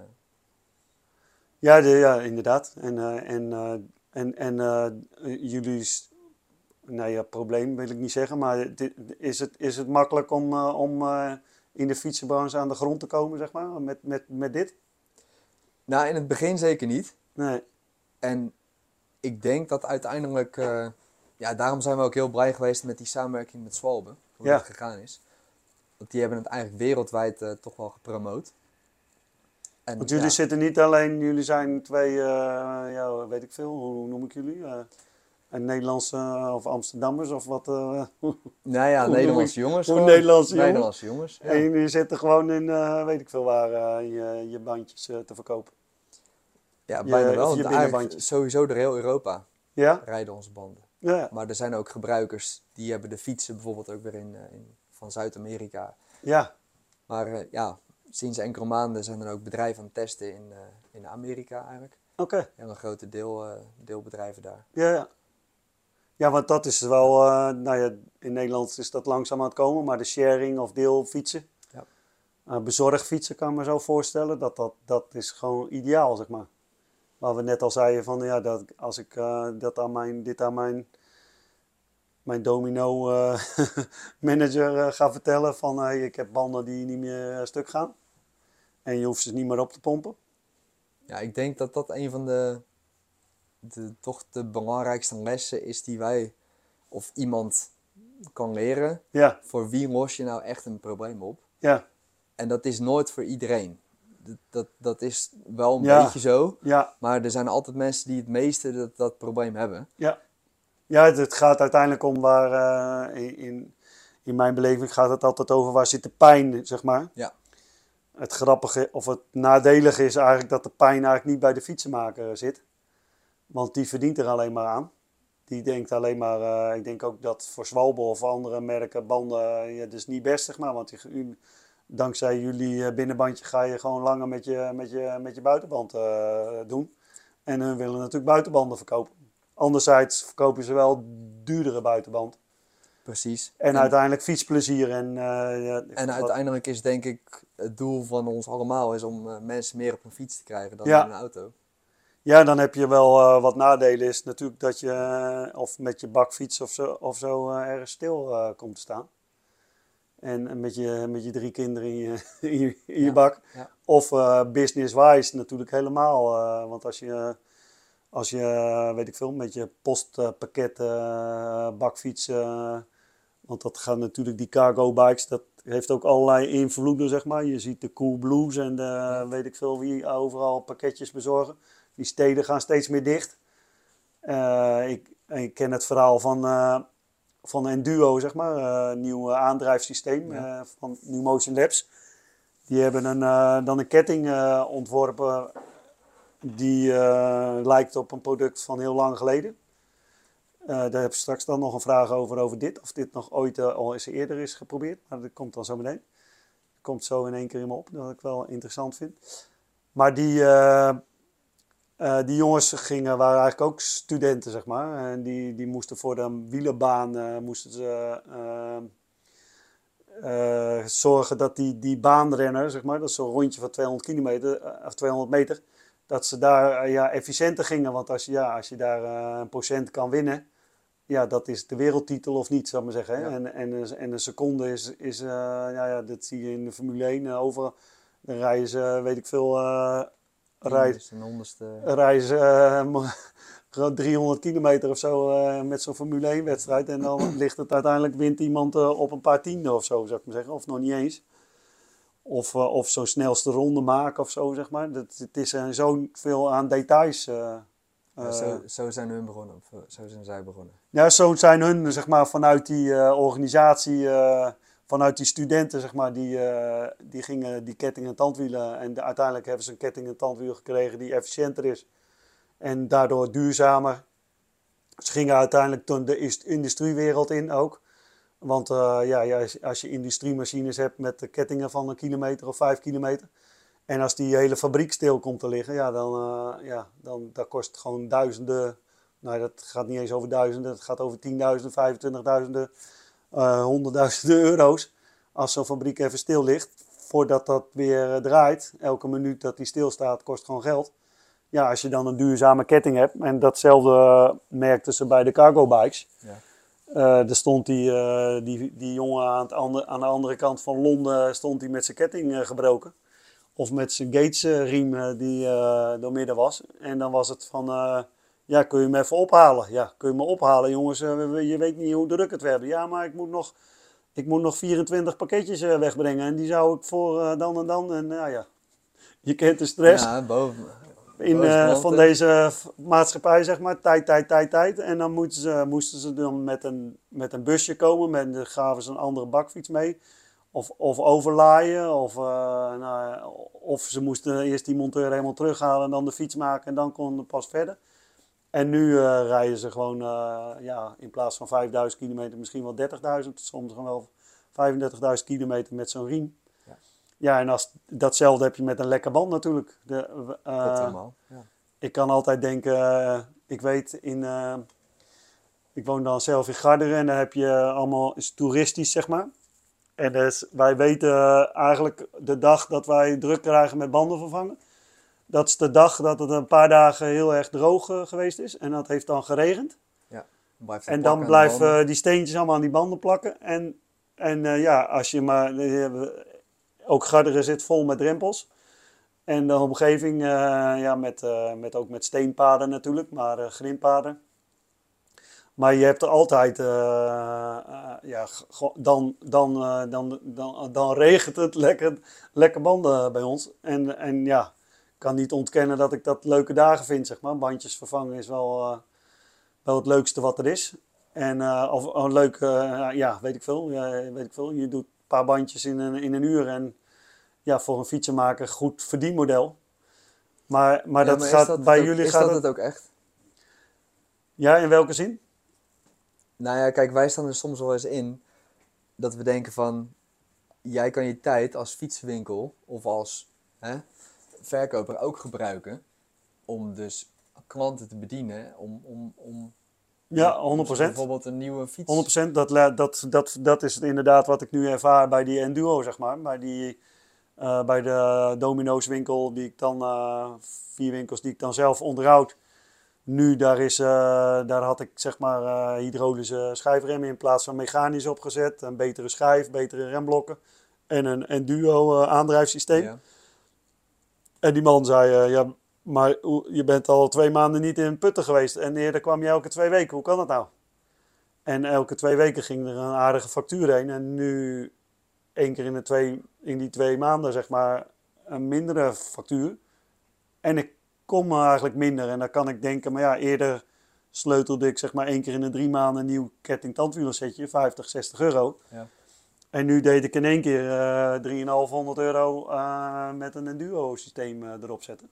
Ja, de, ja, inderdaad. En, eh, en, eh, en, en eh, jullie, s- nou ja, probleem wil ik niet zeggen, maar dit, is, het, is het makkelijk om, eh, om eh, in de fietsenbranche aan de grond te komen, zeg maar, met, met, met dit? nou, in het begin zeker niet. Nee. En ik denk dat uiteindelijk... eh, ja, daarom zijn we ook heel blij geweest met die samenwerking met Swalbe. Hoe Ja. dat gegaan is. Want die hebben het eigenlijk wereldwijd eh, toch wel gepromoot. En, Want jullie ja, zitten niet alleen, jullie zijn twee, eh, ja, weet ik veel, hoe noem ik jullie? Eh een Nederlandse eh, of Amsterdammers of wat? eh, Nou ja, hoe Nederlandse noem ik- jongens. hoe gewoon. Nederlandse jongens? Nederlandse jongens, ja. En jullie zitten gewoon in, eh, weet ik veel waar, eh, je, je bandjes eh, te verkopen. Ja, je- bijna of wel. je Want eigenlijk binnenbandjes. sowieso door heel Europa Ja? rijden onze banden. Ja. Maar er zijn ook gebruikers die hebben de fietsen bijvoorbeeld ook weer in, eh, in van Zuid-Amerika. Ja. Maar eh, ja, sinds enkele maanden zijn er ook bedrijven aan het testen in, eh, in Amerika eigenlijk. Oké. Heel een grote deel, eh, deelbedrijven daar. Ja, ja. Ja, want dat is wel, eh, nou ja, in Nederland is dat langzaam aan het komen, maar de sharing of deelfietsen, Ja. eh, bezorgfietsen kan ik me zo voorstellen, dat, dat, dat is gewoon ideaal, zeg maar. Waar we net al zeiden van, ja, dat als ik eh, dat aan mijn, dit aan mijn, mijn domino eh, manager eh, ga vertellen van, hey, ik heb banden die niet meer eh, stuk gaan en je hoeft ze niet meer op te pompen. Ja, ik denk dat dat een van de, de toch de belangrijkste lessen is die wij of iemand kan leren. Ja, Voor wie los je nou echt een probleem op? ja, En dat is nooit voor iedereen. d- dat, dat is wel een Ja. beetje zo. Ja, Maar er zijn altijd mensen die het meeste dat, dat probleem hebben. ja. Ja, het, het gaat uiteindelijk om waar, eh, in, in, in mijn beleving gaat het altijd over waar zit de pijn, zeg maar. Ja. Het grappige of het nadelige is eigenlijk dat de pijn eigenlijk niet bij de fietsenmaker zit. Want die verdient er alleen maar aan. Die denkt alleen maar, eh, ik denk ook dat voor Swalbe of andere merken banden, eh, ja, dat is niet best, zeg maar. Want je, u- dankzij jullie eh, binnenbandje ga je gewoon langer met je, met je, met je buitenband eh, doen. En hun willen natuurlijk buitenbanden verkopen. Anderzijds verkopen ze wel duurdere buitenband. Precies. En, En, uiteindelijk fietsplezier. En, eh, ja, en wat- uiteindelijk is denk ik het doel van ons allemaal is om eh, mensen meer op een fiets te krijgen dan Ja. in een auto. Ja, dan heb je wel eh, wat nadelen. Is natuurlijk dat je eh, of met je bakfiets of zo, of zo eh, ergens stil eh, komt te staan. En, en met, je, met je drie kinderen in je, in je, in je Ja, bak. ja. Of eh, business-wise natuurlijk helemaal. eh, want als je, als je, eh, weet ik veel, met je postpakket eh, bakfiets. eh, want dat gaat natuurlijk, die cargo bikes, dat heeft ook allerlei invloeden, zeg maar. Je ziet de Coolblues en de, weet ik veel wie overal pakketjes bezorgen. Die steden gaan steeds meer dicht. Eh, ik, ik ken het verhaal van, eh, van Enduo, zeg maar. eh, Een nieuw aandrijfsysteem Ja. eh, van New Motion Labs. Die hebben een, eh, dan een ketting eh, ontworpen die eh, lijkt op een product van heel lang geleden. Eh, daar heb ik straks dan nog een vraag over, over dit. Of dit nog ooit uh, al eens eerder is geprobeerd. Maar dat komt dan zo meteen. Dat komt zo in één keer in me op. Dat ik wel interessant vind. Maar die, uh, uh, die jongens gingen, waren eigenlijk ook studenten, zeg maar. En die, die moesten voor de wielerbaan uh, moesten ze, uh, uh, zorgen dat die, die baanrenner, zeg maar. Dat is zo'n rondje van tweehonderd kilometer, uh, of tweehonderd meter. Dat ze daar uh, ja, efficiënter gingen. Want als je, ja, als je daar uh, een procent kan winnen. Ja, dat is de wereldtitel of niet, zou ik maar zeggen. Hè? Ja. En, en, en een seconde is, is uh, ja, ja, dat zie je in de Formule één. Uh, overal, dan rijden ze, weet ik veel, uh, rijden, rijden ze uh, driehonderd kilometer of zo uh, met zo'n Formule één wedstrijd. En dan ligt het uiteindelijk, wint iemand uh, op een paar tienden of zo, zou ik maar zeggen. Of nog niet eens. Of, uh, of zo'n snelste ronde maken of zo, zeg maar. Dat, het is uh, zoveel aan details. Uh, Ja, zo, zo zijn hun begonnen, of zo zijn zij begonnen. Ja, zo zijn hun, zeg maar, vanuit die uh, organisatie, uh, vanuit die studenten, zeg maar, die, uh, die gingen die ketting- en tandwielen. En de, uiteindelijk hebben ze een ketting- en tandwiel gekregen die efficiënter is. En daardoor duurzamer. Ze gingen uiteindelijk toen de industriewereld in ook. Want uh, ja, als je industriemachines hebt met de kettingen van een kilometer of vijf kilometer. En als die hele fabriek stil komt te liggen, ja, dan, uh, ja, dan dat kost gewoon duizenden. Nou, dat gaat niet eens over duizenden, het gaat over tienduizenden, vijfentwintigduizenden, uh, honderdduizenden euro's. Als zo'n fabriek even stil ligt, voordat dat weer uh, draait. Elke minuut dat die stilstaat kost gewoon geld. Ja, als je dan een duurzame ketting hebt, en datzelfde uh, merkten ze bij de cargo bikes. Ja. Uh, er stond die, uh, die, die jongen aan, het andere, aan de andere kant van Londen stond die met zijn ketting uh, gebroken. Of met zijn Gates-riem uh, die uh, door midden was. En dan was het van, uh, ja, kun je me even ophalen? Ja, kun je me ophalen, jongens? Uh, je weet niet hoe druk het werd. Ja, maar ik moet nog, ik moet nog vierentwintig pakketjes uh, wegbrengen. En die zou ik voor uh, dan en dan. En nou uh, ja, je kent de stress. Ja, boven. In, uh, van deze maatschappij, zeg maar, tijd, tijd, tijd, tijd. En dan moesten ze, moesten ze dan met een, met een busje komen. Met, dan gaven ze een andere bakfiets mee. Of, of overlaaien, of, uh, nou, of ze moesten eerst die monteur helemaal terughalen en dan de fiets maken en dan konden ze pas verder. En nu uh, rijden ze gewoon, uh, ja, in plaats van vijfduizend kilometer misschien wel dertigduizend, soms gewoon wel vijfendertigduizend kilometer met zo'n riem. Ja, ja, en als, datzelfde heb je met een lekke band natuurlijk. De, uh, Klopt helemaal, ja. Ik kan altijd denken, uh, ik weet in, uh, ik woon dan zelf in Garderen en daar heb je allemaal, is toeristisch zeg maar. En dus wij weten uh, eigenlijk de dag dat wij druk krijgen met banden vervangen. Dat is de dag dat het een paar dagen heel erg droog uh, geweest is. En dat heeft dan geregend. Ja, en dan blijven uh, die steentjes allemaal aan die banden plakken. En, en uh, ja, als je maar... Uh, ook Garderen zit vol met drempels. En de omgeving, uh, ja, met, uh, met, ook met steenpaden natuurlijk, maar uh, grindpaden. Maar je hebt er altijd, uh, uh, ja, go- dan, dan, uh, dan, dan, dan regent het lekker, lekker banden bij ons. En, en ja, ik kan niet ontkennen dat ik dat leuke dagen vind, zeg maar. Bandjes vervangen is wel, uh, wel het leukste wat er is. En, uh, of een leuk, uh, ja, weet ik veel, ja, weet ik veel. Je doet een paar bandjes in een, in een uur en ja, voor een fietsenmaker goed verdienmodel. Maar, maar Ja, dat maar is gaat, dat bij het ook, jullie is gaat dat het... het ook echt? Ja, in welke zin? Nou ja, kijk, wij staan er soms wel eens in dat we denken van, jij kan je tijd als fietsenwinkel of als hè, verkoper ook gebruiken om dus klanten te bedienen, om, om, om Ja, honderd dus procent. bijvoorbeeld een nieuwe fiets... honderd procent, dat, la- dat, dat, dat is inderdaad wat ik nu ervaar bij die Enduro, zeg maar. Bij, die, eh, bij de Domino's winkel, die ik dan, eh, vier winkels die ik dan zelf onderhoud. Nu, daar, is, eh, daar had ik zeg maar eh, hydraulische schijfremmen in plaats van mechanisch opgezet. Een betere schijf, betere remblokken en een Enduro eh, aandrijfsysteem. Ja. En die man zei, eh, ja, maar hoe- je bent al twee maanden niet in Putten geweest en eerder kwam je elke twee weken. Hoe kan dat nou? En elke twee weken ging er een aardige factuur heen. En nu één keer in, de twee, in die twee maanden, zeg maar, een mindere factuur. En ik kom eigenlijk minder. En dan kan ik denken, maar ja, eerder sleutelde ik zeg maar één keer in de drie maanden een nieuw ketting-tandwielersetje, vijftig, zestig euro. Ja. En nu deed ik in één keer uh, drieduizend vijfhonderd euro uh, met een Enduro systeem uh, erop zetten.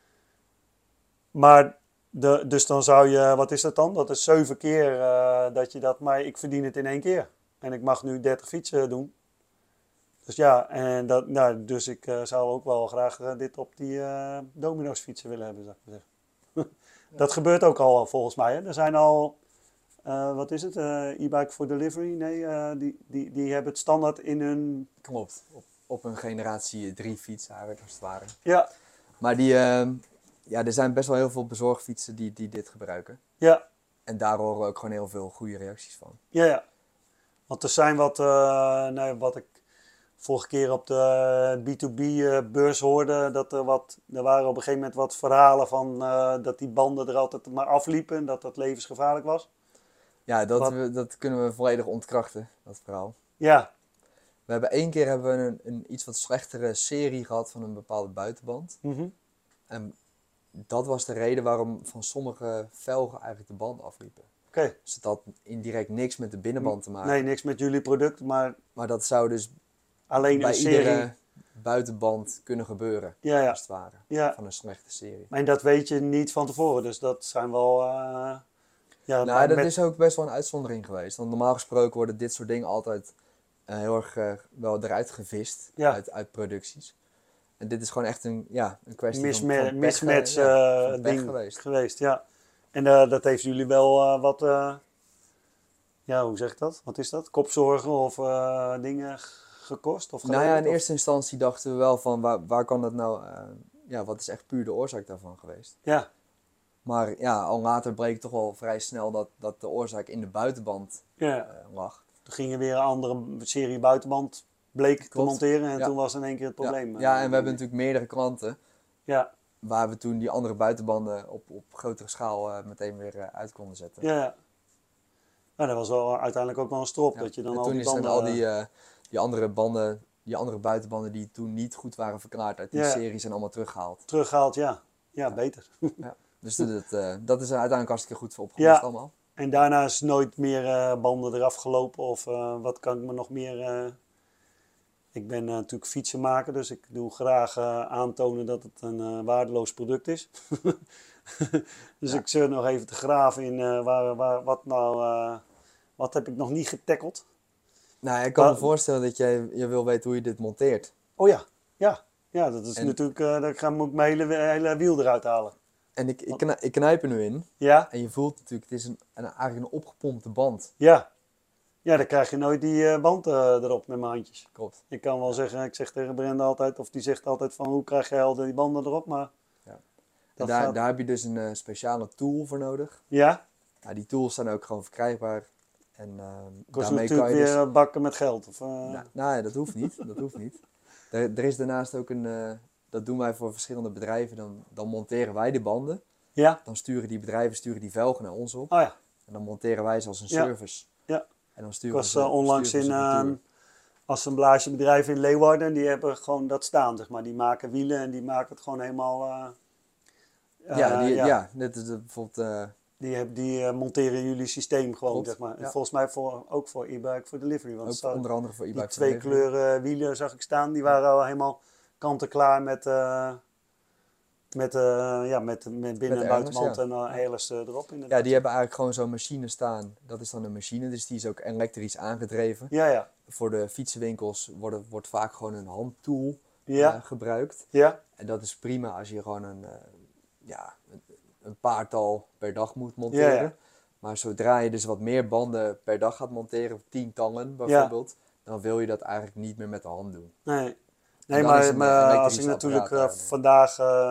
Maar... De, dus dan zou je, wat is dat dan? Dat is zeven keer uh, dat je dat, maar ik verdien het in één keer. En ik mag nu dertig fietsen doen. Dus ja, en dat, nou, dus ik uh, zou ook wel graag uh, dit op die uh, Domino's fietsen willen hebben, zou ik maar zeggen. Dat gebeurt ook al volgens mij. Hè? Er zijn al, uh, wat is het, uh, e-bike for delivery? Nee, uh, die, die, die hebben het standaard in hun... Klopt, op, op een generatie drie fiets eigenlijk als het ware. Ja. Maar die... Uh... Ja, er zijn best wel heel veel bezorgfietsen die, die dit gebruiken. Ja. En daar horen we ook gewoon heel veel goede reacties van. Ja, ja. Want er zijn wat, uh, nou, wat ik vorige keer op de B twee B beurs hoorde, dat er wat, er waren op een gegeven moment wat verhalen van uh, dat die banden er altijd maar afliepen en dat dat levensgevaarlijk was. Ja, dat, we, dat kunnen we volledig ontkrachten, dat verhaal. Ja. We hebben één keer hebben we een, een iets wat slechtere serie gehad van een bepaalde buitenband. Mm-hmm. En dat was de reden waarom van sommige velgen eigenlijk de band afliepen. Oké. Okay. Dus het had indirect niks met de binnenband te maken. Nee, niks met jullie product, maar... Maar dat zou dus alleen bij een serie... iedere buitenband kunnen gebeuren, ja, ja. als het ware. Ja. Van een slechte serie. En dat weet je niet van tevoren, dus dat zijn wel... Uh, ja, nou, dat met... is ook best wel een uitzondering geweest. Want normaal gesproken worden dit soort dingen altijd uh, heel erg uh, wel eruit gevist ja. uit, uit producties. En dit is gewoon echt een, ja, een kwestie Misma- van, van mismatch pech, uh, ja, uh, ding geweest. geweest. Ja. En uh, dat heeft jullie wel uh, wat, uh, ja, hoe zeg ik dat? Wat is dat? Kopzorgen of uh, dingen gekost? Of nou ja, in of? eerste instantie dachten we wel van waar, waar kan dat nou, uh, ja, wat is echt puur de oorzaak daarvan geweest? Ja. Maar ja, al later bleek toch wel vrij snel dat, dat de oorzaak in de buitenband ja. uh, lag. Toen gingen we weer een andere serie buitenband bleek Klopt. te monteren en ja. toen was in één keer het probleem. Ja, ja en we hebben natuurlijk meerdere klanten ja. waar we toen die andere buitenbanden op, op grotere schaal uh, meteen weer uh, uit konden zetten. Ja, ja. Nou, dat was wel uiteindelijk ook wel een strop ja. dat je dan en al toen die is banden... al die, uh, die andere banden, die andere buitenbanden die toen niet goed waren verklaard uit die ja. serie zijn allemaal teruggehaald. Teruggehaald, ja. Ja, ja. beter. Ja. Dus dat, uh, dat is uiteindelijk hartstikke goed voor opgelost ja. allemaal. En daarna is nooit meer uh, banden eraf gelopen of uh, wat kan ik me nog meer... Uh... Ik ben uh, natuurlijk fietsenmaker, dus ik doe graag uh, aantonen dat het een uh, waardeloos product is. dus ja. ik zit nog even te graven in uh, waar, waar, wat nou... Uh, wat heb ik nog niet getackeld? Nou, ik kan maar, me voorstellen dat jij je wil weten hoe je dit monteert. Oh ja, ja. Ja, dat is en... natuurlijk... Uh, dan ga, moet ik mijn hele, hele wiel eruit halen. En ik, ik, knijp, ik knijp er nu in. Ja. En je voelt natuurlijk, het is een, een, eigenlijk een opgepompte band. Ja. Ja, dan krijg je nooit die uh, band uh, erop met mijn handjes. Klopt. Ik kan wel zeggen, ik zeg tegen Brenda altijd, of die zegt altijd van hoe krijg je al die banden erop, maar... Ja. En daar, gaat... daar heb je dus een uh, speciale tool voor nodig. Ja. Nou, die tools zijn ook gewoon verkrijgbaar. En uh, kost daarmee natuurlijk kan je weer dus... bakken met geld. Of, uh... nou, nou ja, dat hoeft niet. dat hoeft niet. Er, er is daarnaast ook een, uh, dat doen wij voor verschillende bedrijven, dan, dan monteren wij de banden. Ja. Dan sturen die bedrijven sturen die velgen naar ons op. Oh ja. En dan monteren wij ze als een Ja. service. Ja. En dan Ik sturen was ze, uh, onlangs sturen in ze op een retour. assemblagebedrijf in Leeuwarden. Die hebben gewoon dat staan, zeg maar. Die maken wielen en die maken het gewoon helemaal... Uh, uh, Ja, die, ja. ja, dit is de, bijvoorbeeld... Uh, Die, heb, die uh, monteren jullie systeem gewoon, klopt, zeg maar. En ja. volgens mij voor, ook voor e-bike voor delivery. Want ook zag, onder andere voor die e-bike twee voor delivery. kleuren wielen zag ik staan. Die waren al helemaal kant-en-klaar met, uh, met, uh, ja, met, met binnen- en buitenband ja. en uh, airless uh, erop. Inderdaad. Ja, die hebben eigenlijk gewoon zo'n machine staan. Dat is dan een machine, dus die is ook elektrisch aangedreven. Ja, ja. Voor de fietsenwinkels wordt, wordt vaak gewoon een handtool Ja. uh, gebruikt. Ja. En dat is prima als je gewoon een, uh, ja, een paartal per dag moet monteren. Ja, ja. Maar zodra je dus wat meer banden per dag gaat monteren, tientallen bijvoorbeeld, ja. dan wil je dat eigenlijk niet meer met de hand doen. Nee, nee maar, een, maar een als ik natuurlijk uh, daar, vandaag, uh,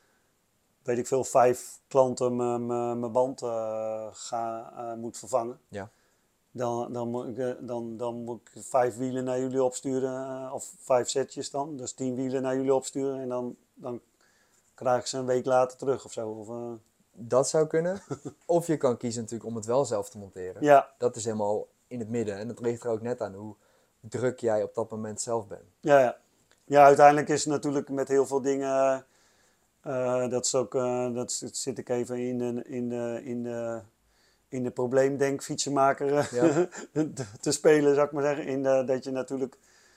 weet ik veel, vijf klanten mijn band uh, ga, uh, moet vervangen. Ja. Dan, dan, moet ik, dan, dan moet ik vijf wielen naar jullie opsturen, uh, of vijf setjes dan. Dus tien wielen naar jullie opsturen en dan, dan krijg ik ze een week later terug of zo. Of, uh... Dat zou kunnen. Of je kan kiezen natuurlijk om het wel zelf te monteren. Ja. Dat is helemaal in het midden. En dat ligt er ook net aan hoe druk jij op dat moment zelf bent. Ja, ja. Ja, uiteindelijk is het natuurlijk met heel veel dingen... Uh, dat is ook, uh, dat zit ik even in de, in de, in de, in de probleemdenk fietsenmaker ja. te spelen, zou ik maar zeggen. In de, dat je natuurlijk,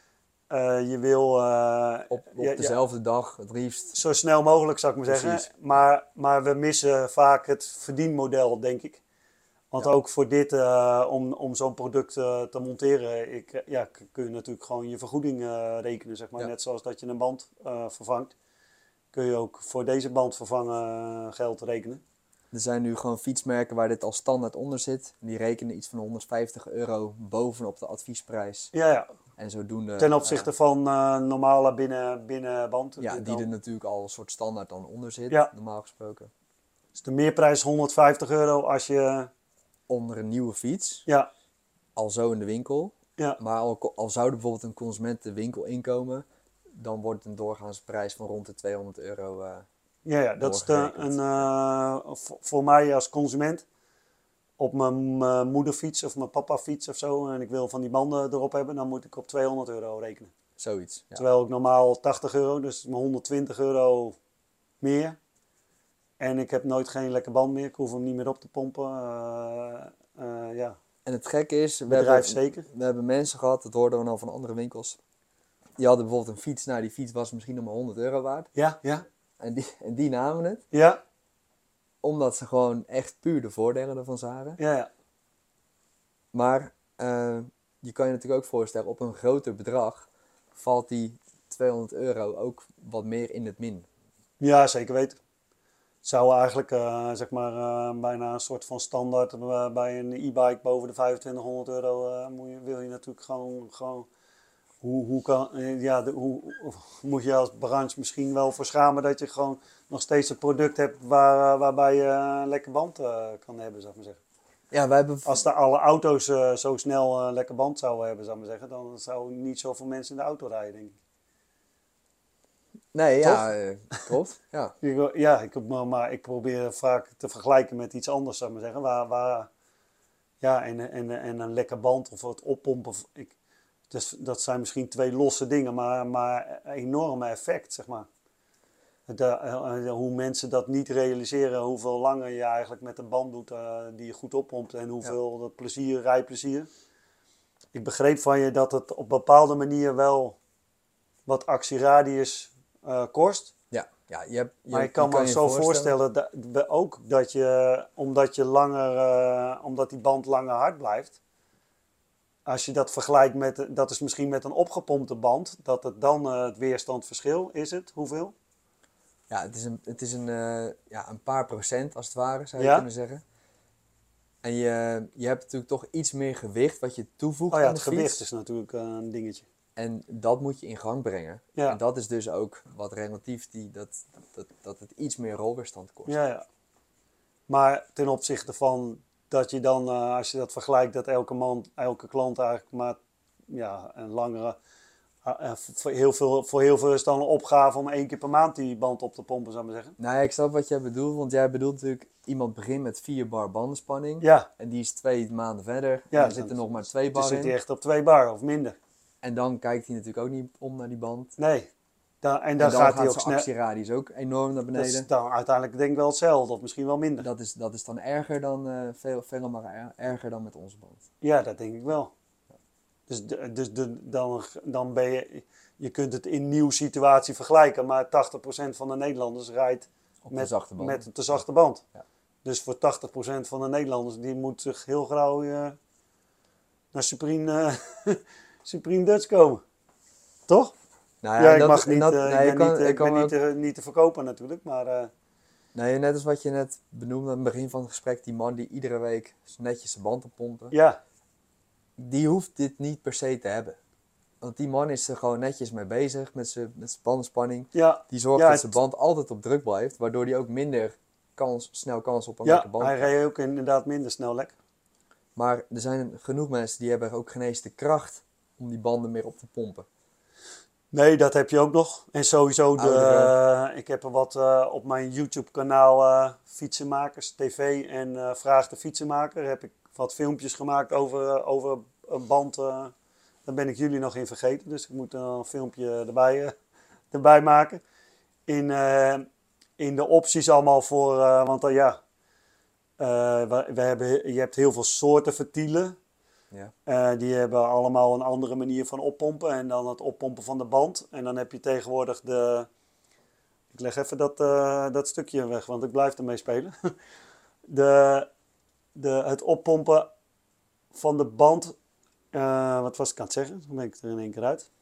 uh, je wil... Uh, op op ja, dezelfde ja, dag, het liefst. Zo snel mogelijk, zou ik maar Precies. zeggen. Maar, maar we missen vaak het verdienmodel, denk ik. Want ja. ook voor dit, uh, om, om zo'n product uh, te monteren, ik, ja, kun je natuurlijk gewoon je vergoeding uh, rekenen, zeg maar. Ja. Net zoals dat je een band uh, vervangt. Kun je ook voor deze band vervangen geld rekenen. Er zijn nu gewoon fietsmerken waar dit al standaard onder zit. Die rekenen iets van honderdvijftig euro bovenop de adviesprijs. Ja, ja. En zodoende... Ten opzichte uh, van uh, normale binnen, binnenband. Ja, die dan... er natuurlijk al een soort standaard dan onder zit, ja. normaal gesproken. Dus de meerprijs honderdvijftig euro als je... Onder een nieuwe fiets. Ja. Al zo in de winkel. Ja. Maar al, al zou er bijvoorbeeld een consument de winkel inkomen... dan wordt het een doorgaansprijs van rond de tweehonderd euro uh, Ja, ja, dat is de, een, uh, voor, voor mij als consument op mijn uh, moederfiets of mijn papafiets of zo en ik wil van die banden erop hebben, dan moet ik op tweehonderd euro rekenen. Zoiets. Ja. Terwijl ik normaal tachtig euro, dus honderdtwintig euro meer. En ik heb nooit geen lekker band meer, ik hoef hem niet meer op te pompen. Uh, uh, ja. En het gekke is, we Bedrijf hebben, zeker. we hebben mensen gehad, dat hoorden we al van andere winkels. Die hadden bijvoorbeeld een fiets, nou die fiets was misschien nog maar honderd euro waard. Ja, ja. En die, en die namen het. Ja. Omdat ze gewoon echt puur de voordelen ervan zagen. Ja, ja. Maar uh, je kan je natuurlijk ook voorstellen, op een groter bedrag valt die tweehonderd euro ook wat meer in het min. Ja, zeker weten. Het zou eigenlijk uh, zeg maar, uh, bijna een soort van standaard uh, bij een e-bike boven de vijfentwintighonderd euro uh, moet je, wil je natuurlijk gewoon... gewoon Hoe, hoe, kan, ja, de, hoe, moet je als branche misschien wel voor schamen dat je gewoon nog steeds een product hebt waar, waarbij je een lekker band uh, kan hebben, zou ik maar zeggen. Ja, wij hebben... Als de alle auto's uh, zo snel een uh, lekker band zouden hebben, zou ik maar zeggen, dan zouden niet zoveel mensen in de auto rijden, denk ik. Nee, ja, uh, klopt. Ja, ik, ja ik, maar, maar ik probeer vaak te vergelijken met iets anders, zou ik maar zeggen. Waar, waar, ja, en, en, en een lekker band of het oppompen... Ik, Dus dat zijn misschien twee losse dingen, maar, maar een enorme effect, zeg maar. De, de, hoe mensen dat niet realiseren, hoeveel langer je eigenlijk met een band doet uh, die je goed oppompt en hoeveel ja. dat plezier, rijplezier. Ik begreep van je dat het op bepaalde manier wel wat actieradius uh, kost. Ja, ja je hebt, je, maar ik kan je kan me je zo voorstellen, voorstellen dat, ook dat je, omdat je langer, uh, omdat die band langer hard blijft. Als je dat vergelijkt met, dat is misschien met een opgepompte band, dat het dan uh, het weerstandverschil is het, hoeveel? Ja, het is een, het is een, uh, ja, een paar procent als het ware, zou je ja? kunnen zeggen. En je, je hebt natuurlijk toch iets meer gewicht wat je toevoegt oh ja, aan de het gewicht fiets. is natuurlijk uh, een dingetje. En dat moet je in gang brengen. Ja. En dat is dus ook wat relatief, die, dat, dat, dat het iets meer rolweerstand kost. Ja, ja. Maar ten opzichte van dat je dan, uh, als je dat vergelijkt, dat elke man, elke klant eigenlijk maar ja, een langere Ah, eh, voor, heel veel, voor heel veel is het dan een opgave om één keer per maand die band op te pompen, zou ik maar zeggen. Nou ja, ik snap wat jij bedoelt, want jij bedoelt natuurlijk, iemand begint met vier bar bandenspanning. Ja, En die is twee maanden verder. En ja dan zit er dan, nog maar twee dan bar zit hij in. echt op twee bar of minder. En dan kijkt hij natuurlijk ook niet om naar die band. Nee, da, en En dan dan gaat hij gaat ook zijn snel. actieradius ook enorm naar Dat is beneden. dan uiteindelijk denk ik wel hetzelfde, of misschien wel minder. Dat is, dat is dan erger dan, eh veel, veel maar er- erger dan met onze band. Ja, dat denk ik wel. Dus, de, dus de, dan, dan ben je, je kunt het in nieuwe situatie vergelijken, maar tachtig procent van de Nederlanders rijdt Op de met, zachte band. met een te zachte band. Ja. Dus voor tachtig procent van de Nederlanders, die moet zich heel gauw eh, naar Supreme, eh, Supreme Dutch komen. Toch? Nou Ja, en ik dat- mag en niet, dat- eh, nee, ik ben, je kan- niet, je ik kan ben ook- niet, te, niet te verkopen natuurlijk, maar eh, Nee, net als wat je net benoemde aan het begin van het gesprek, die man die iedere week netjes zijn band oppompen, ja, die hoeft dit niet per se te hebben. Want die man is er gewoon netjes mee bezig met zijn, met zijn bandenspanning. ja, Die zorgt Ja, dat zijn het- band altijd op druk blijft, waardoor hij ook minder kans, snel kans op een ja lekker band hij krijgt. reed ook inderdaad minder snel lekker. Maar er zijn genoeg mensen die hebben ook geen eens de kracht om die banden meer op te pompen. Nee, dat heb je ook nog. En sowieso, de, Ouderen. eh, ik heb er wat eh, op mijn YouTube-kanaal eh, Fietsenmakers T V en eh, Vraag de Fietsenmaker. Heb ik wat filmpjes gemaakt over, eh, over een band. eh, daar ben ik jullie nog in vergeten, dus ik moet er een filmpje erbij, eh, erbij maken. In, eh, in de opties allemaal voor, eh, want dan ja, eh, we, we hebben, je hebt heel veel soorten ventielen. Ja. Eh, die hebben allemaal een andere manier van oppompen. En dan het oppompen van de band. En dan heb je tegenwoordig de... Ik leg even dat, eh, dat stukje weg, want ik blijf ermee spelen. De, de, het oppompen van de band. eh, wat was ik aan het zeggen? Dan ben ik er in één keer uit.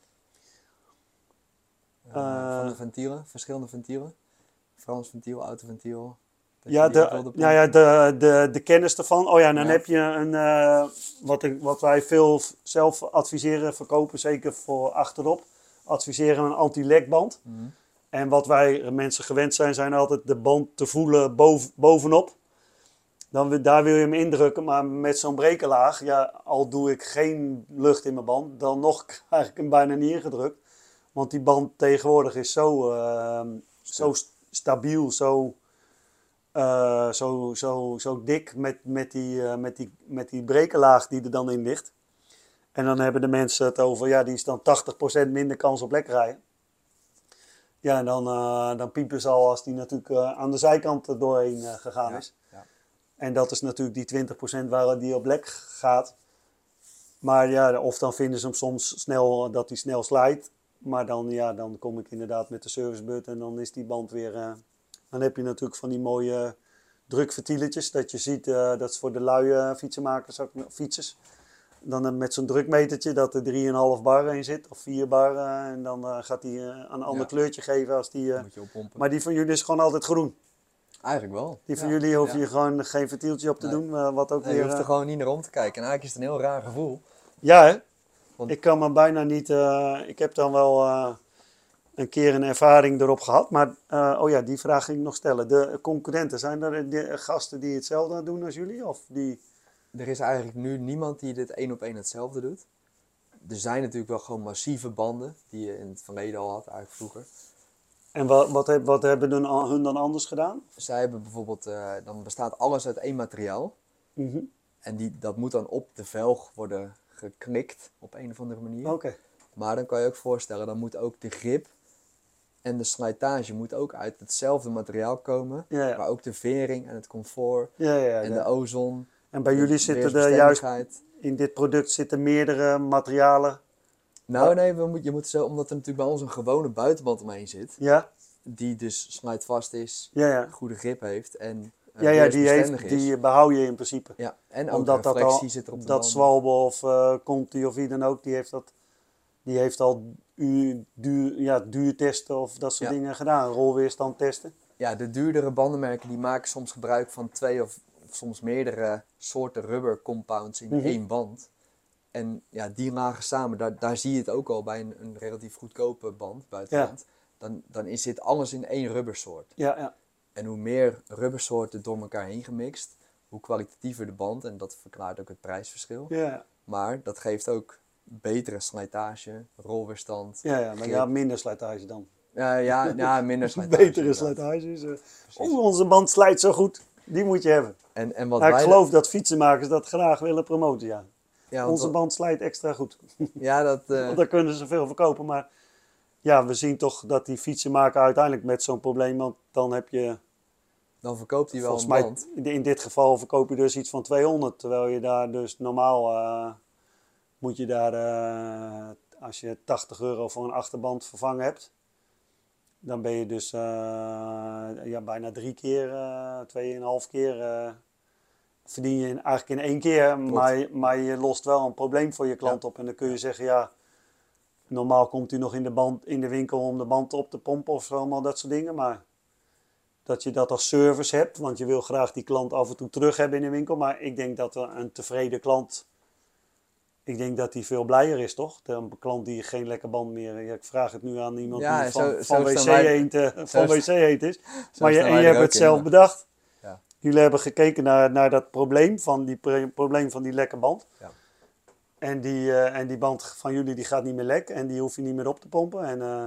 Eh, Eh, van de ventielen, verschillende ventielen. Frans ventiel, autoventiel. Dat Ja, je die ook de, wilde nou ja pompen. de, de, de kennis ervan. Oh ja, en dan Ja. heb je een, eh, wat, ik, wat wij veel v- zelf adviseren, verkopen, zeker voor achterop, adviseren een anti-lekband. Mhm. En wat wij mensen gewend zijn, zijn altijd de band te voelen boven, bovenop. Dan, wi- daar wil je hem indrukken, maar met zo'n brekenlaag, ja, al doe ik geen lucht in mijn band, dan nog krijg ik hem bijna niet ingedrukt. Want die band tegenwoordig is zo, eh, zo st- stabiel, zo, eh, zo, zo, zo dik met, met, die, eh, met, die, met die brekenlaag die er dan in ligt. En dan hebben de mensen het over, ja, die is dan tachtig procent minder kans op lek rijden. Ja, en dan, eh, dan piepen ze al als die natuurlijk eh, aan de zijkant er doorheen eh, gegaan Ja, is. ja. En dat is natuurlijk die twintig procent waar die op lek gaat. Maar ja, of dan vinden ze hem soms snel, dat hij snel slijt. Maar dan, ja, dan kom ik inderdaad met de servicebeurt en dan is die band weer... eh, dan heb je natuurlijk van die mooie drukventieletjes. Dat je ziet, eh, dat is voor de luie fietsenmakers, ook, fietsers. Dan eh, met zo'n drukmetertje dat er drie komma vijf bar in zit, of vier bar. eh, en dan eh, gaat hij eh, een ander Ja. kleurtje geven als die... eh, Moet je oppompen. maar die van jullie is gewoon altijd groen. Eigenlijk wel. Die van Ja. jullie hoef je Ja. gewoon geen ventieltje op te Nee. doen. eh, wat ook Nee, weer... je hoeft er eh, gewoon niet naar om te kijken. En eigenlijk is het een heel raar gevoel. Ja, hè? Want- Ik kan me bijna niet... eh, ik heb dan wel eh, een keer een ervaring erop gehad. Maar, eh, oh ja, die vraag ging ik nog stellen. De concurrenten, zijn er de, gasten die hetzelfde doen als jullie? Of die... Er is eigenlijk nu niemand die dit één op één hetzelfde doet. Er zijn natuurlijk wel gewoon massieve banden, die je in het verleden al had, eigenlijk vroeger. En wat, wat, heb- wat hebben hun, hun dan anders gedaan? Zij hebben bijvoorbeeld, eh, dan bestaat alles uit één materiaal. Mhm. En die, dat moet dan op de velg worden geknikt op een of andere manier. Oké. Maar dan kan je ook voorstellen, dan moet ook de grip en de slijtage moet ook uit hetzelfde materiaal komen. Ja, ja. Maar ook de vering en het comfort Ja, ja, en ja. de ozon. En bij de jullie zitten er juist... weersbestendigheid. In dit product zitten meerdere materialen. Nou nee, we moet, je moet zo, omdat er natuurlijk bij ons een gewone buitenband omheen zit. Ja? Die dus slijtvast is, Ja, ja. goede grip heeft en uh, Ja, ja die, weersbestendig heeft, is. die behoud je in principe. Ja, en ook Omdat dat reflectie al, zit er op de dat banden. Swalbe of eh Conti of wie dan ook, die heeft, dat, die heeft al u, duur, ja, duurtesten of dat soort Ja. dingen gedaan. Rolweerstand testen. Ja, de duurdere bandenmerken die maken soms gebruik van twee of, of soms meerdere soorten rubber compounds in Mhm. één band. En ja, die lagen samen, daar, daar zie je het ook al bij een, een relatief goedkope band, buitenband. Dan, dan is dit alles in één rubbersoort. Ja, ja. En hoe meer rubbersoorten door elkaar heen gemixt, hoe kwalitatiever de band. En dat verklaart ook het prijsverschil. Ja, Maar dat geeft ook betere slijtage, rolweerstand. Ja, ja, maar grip. ja, minder slijtage dan. Ja, ja, ja, minder slijtage. Betere inderdaad. slijtage is... Uh, Precies. oh, onze band slijt zo goed. Die moet je hebben. En, en wat Nou, ik wij... geloof dat fietsenmakers dat graag willen promoten, ja. Ja, want Onze wat- band slijt extra goed. ja, dat... eh, Want daar kunnen ze veel verkopen. Maar ja, we zien toch dat die fietsenmaker uiteindelijk met zo'n probleem... Want dan heb je... dan verkoopt hij wel Volgens een mij, band. in dit geval verkoop je dus iets van tweehonderd. Terwijl je daar dus normaal uh, moet je daar, uh, als je tachtig euro voor een achterband vervangen hebt, dan ben je dus uh, ja, bijna drie keer, uh, tweeënhalf keer, uh, verdien je in, eigenlijk in één keer. Maar, maar je lost wel een probleem voor je klant Ja. op. En dan kun je zeggen, ja, normaal komt u nog in de, band, in de winkel om de band op te pompen of zo, allemaal dat soort dingen. Maar dat je dat als service hebt, want je wil graag die klant af en toe terug hebben in de winkel. Maar ik denk dat een tevreden klant, ik denk dat die veel blijer is, toch? Een klant die geen lekker band meer... Ja, ik vraag het nu aan iemand Ja, die zo- van, zo van staan wij- wc-eend uh, zo van sta- wc-eend is. Zo Maar je, staan en wij je er hebt ook het in, zelf ja. bedacht. Ja. Jullie hebben gekeken naar, naar dat probleem van die pre- probleem van die lekke band. Ja. En, die, uh, en die band van jullie die gaat niet meer lek en die hoef je niet meer op te pompen. En... Uh,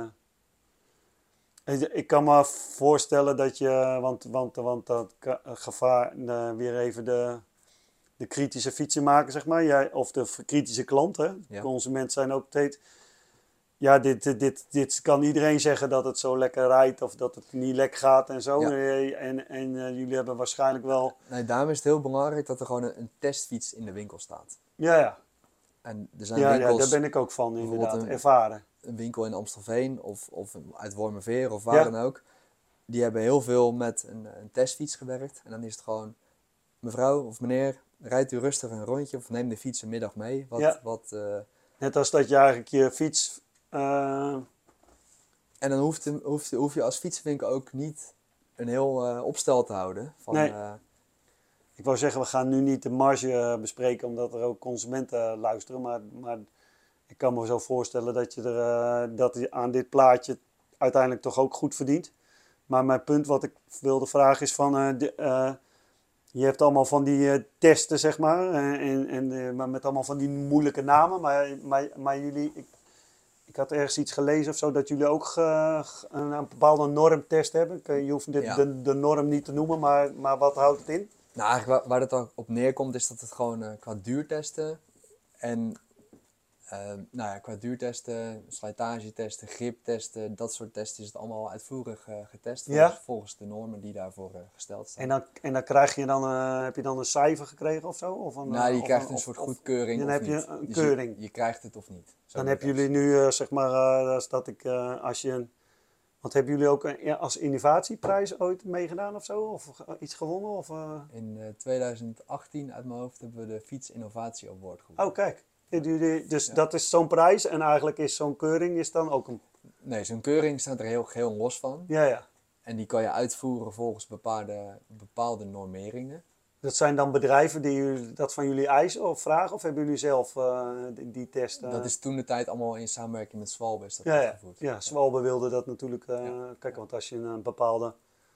Ik kan me voorstellen dat je, want, want, want dat gevaar, uh, weer even de, de kritische fietsenmaker, zeg maar, jij, of de kritische klant, hè? Ja. Consument zijn ook steeds. Ja, dit, dit, dit, dit kan iedereen zeggen dat het zo lekker rijdt of dat het niet lek gaat en zo. Ja. En, en uh, jullie hebben waarschijnlijk wel. Nee, daarom is het heel belangrijk dat er gewoon een, een testfiets in de winkel staat. Ja, ja. En er zijn Ja, ja, winkels, daar ben ik ook van, bijvoorbeeld inderdaad. een- Ervaren. een winkel in Amstelveen of, of uit Wormerveer of waar Ja. dan ook. Die hebben heel veel met een, een testfiets gewerkt. En dan is het gewoon, mevrouw of meneer, rijdt u rustig een rondje of neem de fiets een middag mee. Wat, Ja. wat, uh, Net als dat je eigenlijk je fiets. Uh... En dan hoeft, hoeft, hoef je als fietsenwinkel ook niet een heel uh, opstel te houden. Van, nee. uh, Ik wou zeggen, we gaan nu niet de marge bespreken, omdat er ook consumenten luisteren. Maar, maar ik kan me zo voorstellen dat je, er, uh, dat je aan dit plaatje uiteindelijk toch ook goed verdient. Maar mijn punt wat ik wilde vragen is van, uh, de, uh, je hebt allemaal van die uh, testen, zeg maar, en, en, uh, maar met allemaal van die moeilijke namen. Maar, maar, maar jullie, ik, ik had ergens iets gelezen of zo, dat jullie ook uh, een, een bepaalde normtest hebben. Je hoeft de, Ja. de, de norm niet te noemen, maar, maar wat houdt het in? Nou, eigenlijk waar, waar het dan op neerkomt is dat het gewoon uh, qua duurtesten en uh, nou ja, qua duurtesten, slijtagetesten, griptesten, dat soort testen is het allemaal uitvoerig uh, getest volgens, Ja? volgens de normen die daarvoor uh, gesteld staan. En dan, en dan krijg je dan, uh, heb je dan een cijfer gekregen of zo? Of een, nou, je of krijgt een, een of, soort of, goedkeuring dan of heb je niet. een Dus keuring. Je, je krijgt het of niet. Zo Dan moet hebben ik jullie nu, uh, zeg maar, uh, dat ik, uh, als je een, want hebben jullie ook een, ja, als innovatieprijs ooit meegedaan of zo? Of uh, iets gewonnen? Of, uh... In uh, tweeduizend achttien uit mijn hoofd hebben we de Fiets Innovatie Award gewonnen. Oh, kijk. Jullie, dus Ja. dat is zo'n prijs en eigenlijk is zo'n keuring is dan ook een... Nee, zo'n keuring staat er heel geheel los van. Ja, ja. En die kan je uitvoeren volgens bepaalde, bepaalde normeringen. Dat zijn dan bedrijven die jullie, dat van jullie eisen of vragen? Of hebben jullie zelf uh, die, die test? Uh... Dat is toen de tijd allemaal in samenwerking met Swalbe is dat Ja, ja. uitgevoerd. ja, Swalbe wilde dat natuurlijk. Uh, Ja. Kijk, want als je een bepaalde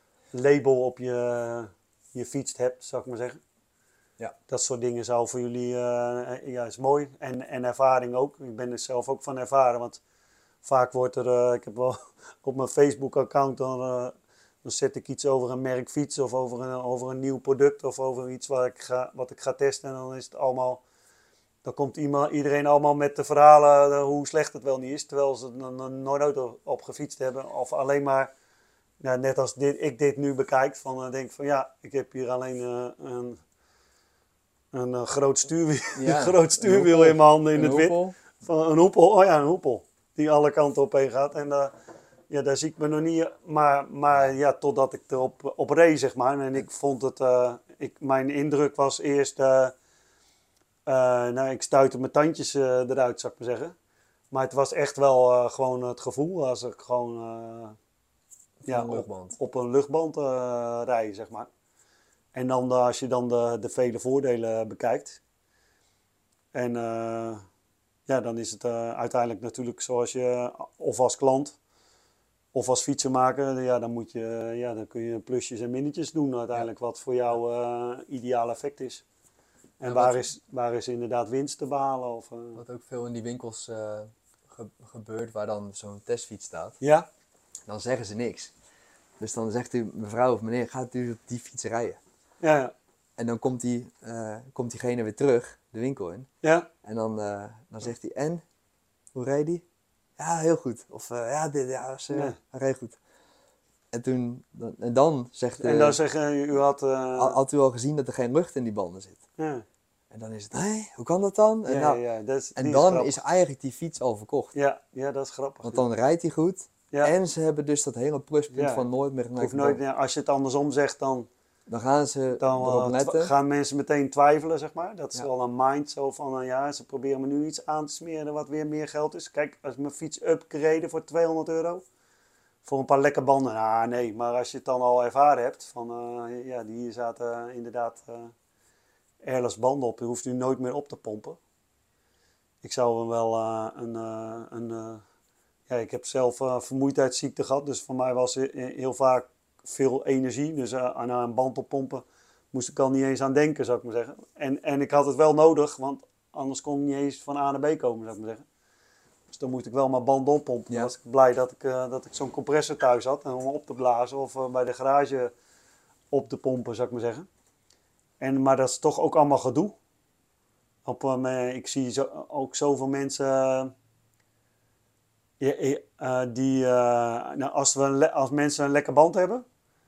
label op je, je fiets hebt, zou ik maar zeggen. Ja. Dat soort dingen zou voor jullie, uh, ja, is mooi. En, en ervaring ook. Ik ben er zelf ook van ervaren, want vaak wordt er, uh, ik heb wel op mijn Facebook-account, dan, uh, dan zet ik iets over een merk fiets of over een, over een nieuw product of over iets waar ik ga, wat ik ga testen. En dan is het allemaal, dan komt iemand, iedereen allemaal met de verhalen uh, hoe slecht het wel niet is, terwijl ze er er nooit op gefietst hebben. Of alleen maar, ja, net als dit, ik dit nu bekijk, van uh, denk van ja, ik heb hier alleen uh, een... Een uh, groot stuurwiel, Ja, een groot stuurwiel hoepel, in mijn handen in een het wit. hoepel. Van een hoepel, oh ja, een hoepel. Die alle kanten op heen gaat. En uh, ja, daar zie ik me nog niet. Maar, maar ja, totdat ik erop op reed, zeg maar. En ik vond het, uh, ik, mijn indruk was eerst, uh, uh, nou, ik stuitte mijn tandjes uh, eruit, zou ik maar zeggen. Maar het was echt wel uh, gewoon het gevoel als ik gewoon uh, ja, een op, luchtband. op een luchtband uh, rij, zeg maar. En dan uh, als je dan de, de vele voordelen bekijkt. En uh, ja, dan is het uh, uiteindelijk natuurlijk zoals je, of als klant, of als fietsenmaker, ja, dan, moet je, ja, dan kun je plusjes en minnetjes doen uiteindelijk, ja. Wat voor jou uh, ideaal effect is. En Ja, waar, wat- is, waar is inderdaad winst te behalen? Of, eh, Wat ook veel in die winkels eh, ge- gebeurt, waar dan zo'n testfiets staat, ja? dan zeggen ze niks. Dus dan zegt u, mevrouw of meneer, gaat u op die fiets rijden? Ja, ja. En dan komt, die, eh, komt diegene weer terug, de winkel in. Ja? En dan, eh, dan zegt hij, en? Hoe reed die? Ja, heel goed. Of, eh, ja, dit, ja was, eh, Nee. hij reed goed. En, toen, dan, en dan zegt En dan de, zeggen u had... eh, had, had u al gezien dat er geen lucht in die banden zit. ja. En dan is het, hé, hoe kan dat dan? En, Ja, nou, ja, ja, dat is, en die dan grappig. is eigenlijk die fiets al verkocht. Ja, ja, dat is grappig. Want dan rijdt hij goed. Ja. En ze hebben dus dat hele pluspunt Ja. van nooit meer Ik een hoef leuke nooit, band. ja, als je het andersom zegt, dan, Dan gaan ze dan erop eh, letten. twa- gaan mensen meteen twijfelen, zeg maar. Dat is Ja. wel een mind zo van, eh, ja, ze proberen me nu iets aan te smeren wat weer meer geld is. Kijk, als mijn fiets upgrade voor tweehonderd euro, voor een paar lekke banden, ah nee. Maar als je het dan al ervaren hebt, van, eh, ja, die hier zaten eh, inderdaad uh, airless banden op, die hoeft u nooit meer op te pompen. Ik zou hem wel uh, een, uh, een uh, ja, ik heb zelf uh, vermoeidheidsziekte gehad, dus voor mij was he- heel vaak veel energie. Dus uh, aan een band oppompen moest ik al niet eens aan denken, zou ik maar zeggen. En, en ik had het wel nodig, want anders kon ik niet eens van A naar B komen, zou ik maar zeggen. Dus dan moest ik wel mijn band oppompen. Ja. Dan was ik blij dat ik, uh, dat ik zo'n compressor thuis had om op te blazen of uh, bij de garage op te pompen, zou ik maar zeggen. En, maar dat is toch ook allemaal gedoe. Op, uh, ik zie zo, ook zoveel mensen... Uh, Ja, uh, die, uh, nou, als, we le- als mensen een lekker band hebben.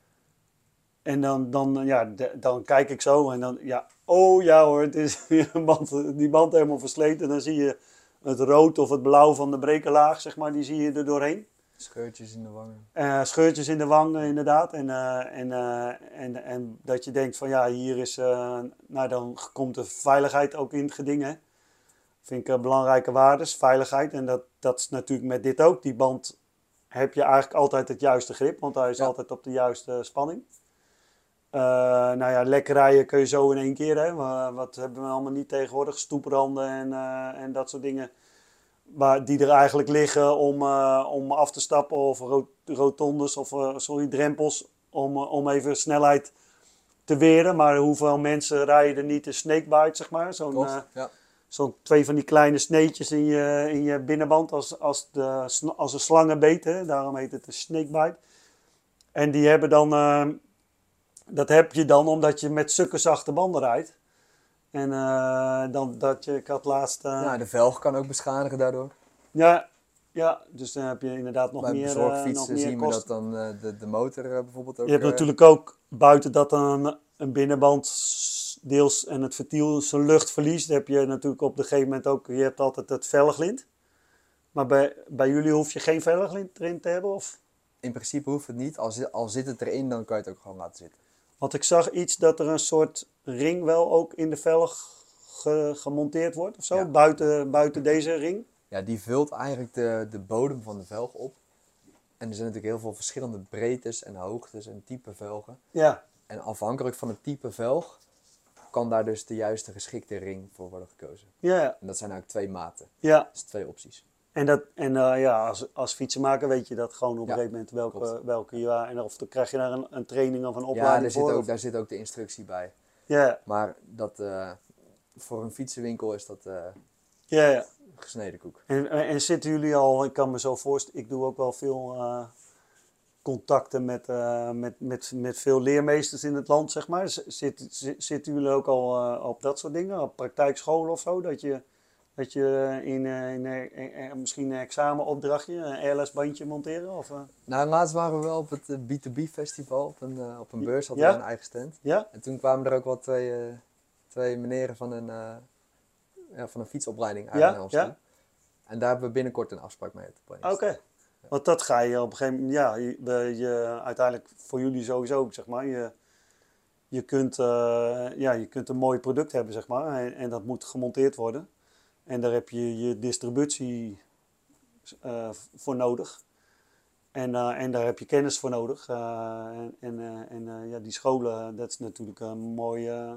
En dan, dan, ja, de, dan kijk ik zo en dan, ja, oh ja hoor, het is een band, die band helemaal versleten. En dan zie je het rood of het blauw van de brekenlaag, zeg maar, die zie je er doorheen. Scheurtjes in de wangen. Uh, scheurtjes in de wang, inderdaad. En, uh, en, uh, en, en dat je denkt van, ja, hier is, uh, nou dan komt de veiligheid ook in het geding, hè. Vind ik uh, belangrijke waardes, veiligheid. En dat, dat is natuurlijk met dit ook. Die band heb je eigenlijk altijd het juiste grip, want hij is Ja. altijd op de juiste spanning. Uh, nou ja, lekker rijden kun je zo in één keer. Hè. Maar wat hebben we allemaal niet tegenwoordig? Stoepranden en, uh, en dat soort dingen. Maar die er eigenlijk liggen om, uh, om af te stappen. Of rot- rotondes of uh, sorry, drempels. Om, uh, om even snelheid te weren. Maar hoeveel mensen rijden er niet een snakebite, zeg maar. Zo'n... Klopt, Uh, ja. Zo'n twee van die kleine sneetjes in je, in je binnenband als, als, de, als een slangenbeet. Hè? Daarom heet het een snakebite. En die hebben dan, uh, dat heb je dan omdat je met zulke zachte banden rijdt. En uh, dan dat je, ik had laatst... Uh, Ja, de velg kan ook beschadigen daardoor. ja, ja, dus dan heb je inderdaad nog Bij meer, uh, nog bezorgfietsen meer zien we kosten. dat dan uh, de, de motor uh, bijvoorbeeld ook... Je hebt uh, natuurlijk ook buiten dat een, een binnenband deels en het ventiel zijn lucht verliest, heb je natuurlijk op een gegeven moment ook, je hebt altijd het velglint. Maar bij, bij jullie hoef je geen velglint erin te hebben? Of? In principe hoeft het niet. Al zit, al zit het erin, dan kan je het ook gewoon laten zitten. Want ik zag iets dat er een soort ring wel ook in de velg ge, gemonteerd wordt of zo, Ja. buiten, buiten deze ring. Ja, die vult eigenlijk de, de bodem van de velg op. En er zijn natuurlijk heel veel verschillende breedtes en hoogtes en type velgen. Ja, En afhankelijk van het type velg kan daar dus de juiste geschikte ring voor worden gekozen. ja, ja. En dat zijn eigenlijk twee maten. ja. Dus twee opties. En, dat, en uh, ja, als, als fietsenmaker weet je dat gewoon op Ja, een gegeven moment welke, klopt. welke ja, en of dan krijg je daar een, een training of een Ja, opleiding daar zit, voor. ook, of- daar zit ook de instructie bij. Ja, Maar dat, uh, voor een fietsenwinkel is dat uh, ja, ja. gesneden koek. En, en zitten jullie al, ik kan me zo voorstellen, ik doe ook wel veel uh, contacten met, uh, met, met, met veel leermeesters in het land, zeg maar. Z- Zit, zit, zitten jullie ook al uh, op dat soort dingen, op praktijkscholen of zo? Dat je, dat je in, uh, in, uh, in, uh, misschien een examenopdrachtje, een airless bandje monteren? Of, uh? Nou, laatst waren we wel op het uh, B twee B festival, op een, uh, op een beurs, hadden Ja? we een eigen stand. Ja? En toen kwamen er ook wel twee, uh, twee meneren van een, uh, ja, van een fietsopleiding uit Ja? naar ons Ja? toe. En daar hebben we binnenkort een afspraak mee te plannen. Oké. Okay. Want dat ga je op een gegeven moment, ja, je, je, uiteindelijk voor jullie sowieso, zeg maar. Je, je, kunt, uh, ja, je kunt een mooi product hebben, zeg maar. En, en dat moet gemonteerd worden. En daar heb je je distributie uh, voor nodig. En, uh, en daar heb je kennis voor nodig. Uh, en en, uh, en uh, ja, die scholen, dat is natuurlijk een mooi, uh,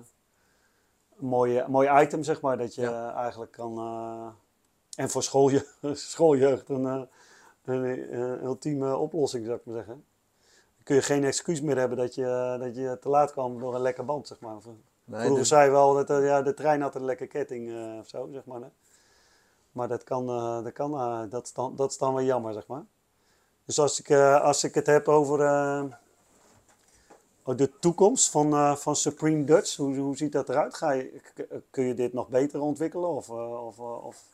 mooi, mooi item, zeg maar. Dat je Ja. uh, eigenlijk kan... Uh, en voor schoolje, schooljeugd een, uh, een, een ultieme oplossing, zou ik maar zeggen. Dan kun je geen excuus meer hebben dat je, dat je te laat kwam door een lekker band, zeg maar. Nee, Vroeger dus, zei je wel dat eh, ja, de trein had een lekker ketting eh, of zo, zeg maar. Hè? Maar dat kan, eh, dat, kan eh, dat, is dan, dat is dan wel jammer, zeg maar. Dus als ik, eh, als ik het heb over eh, oh, de toekomst van, eh, van Supreme Dutch, hoe, hoe ziet dat eruit? Ga je, k- kun je dit nog beter ontwikkelen? Of, eh, of, eh, of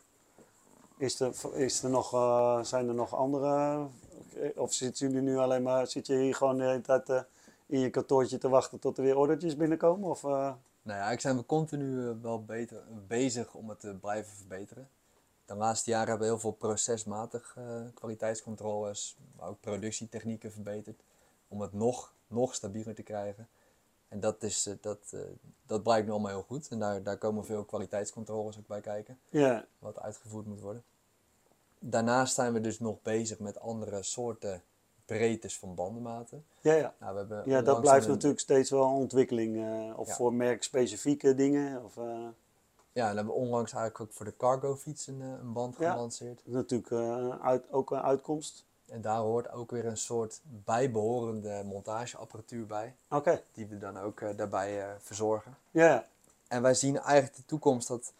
is er, is er nog, eh, zijn er nog andere? eh, Of zitten jullie nu alleen maar, zit je hier gewoon de hele tijd eh, in je kantoortje te wachten tot er weer ordertjes binnenkomen? Of, eh, nou ja, ik zijn we continu eh, wel beter, bezig om het te blijven verbeteren. De laatste jaren hebben we heel veel procesmatig eh, kwaliteitscontroles, maar ook productietechnieken verbeterd. Om het nog, nog stabieler te krijgen. En dat, is, eh, dat, eh, dat blijkt nu allemaal heel goed. En daar, daar komen veel kwaliteitscontroles ook bij kijken. ja, Wat uitgevoerd moet worden. Daarnaast zijn we dus nog bezig met andere soorten breedtes van bandenmaten. ja, ja. Nou, we hebben Ja, dat onlangs blijft een- natuurlijk steeds wel een ontwikkeling. eh, of Ja. voor merkspecifieke dingen. Of, eh, Ja, en hebben we onlangs eigenlijk ook voor de cargo fiets een, eh, een band Ja. gelanceerd. natuurlijk eh, uit, ook een uitkomst. En daar hoort ook weer een soort bijbehorende montageapparatuur bij. Oké, Die we dan ook eh, daarbij eh, verzorgen. ja, ja. En wij zien eigenlijk de toekomst dat,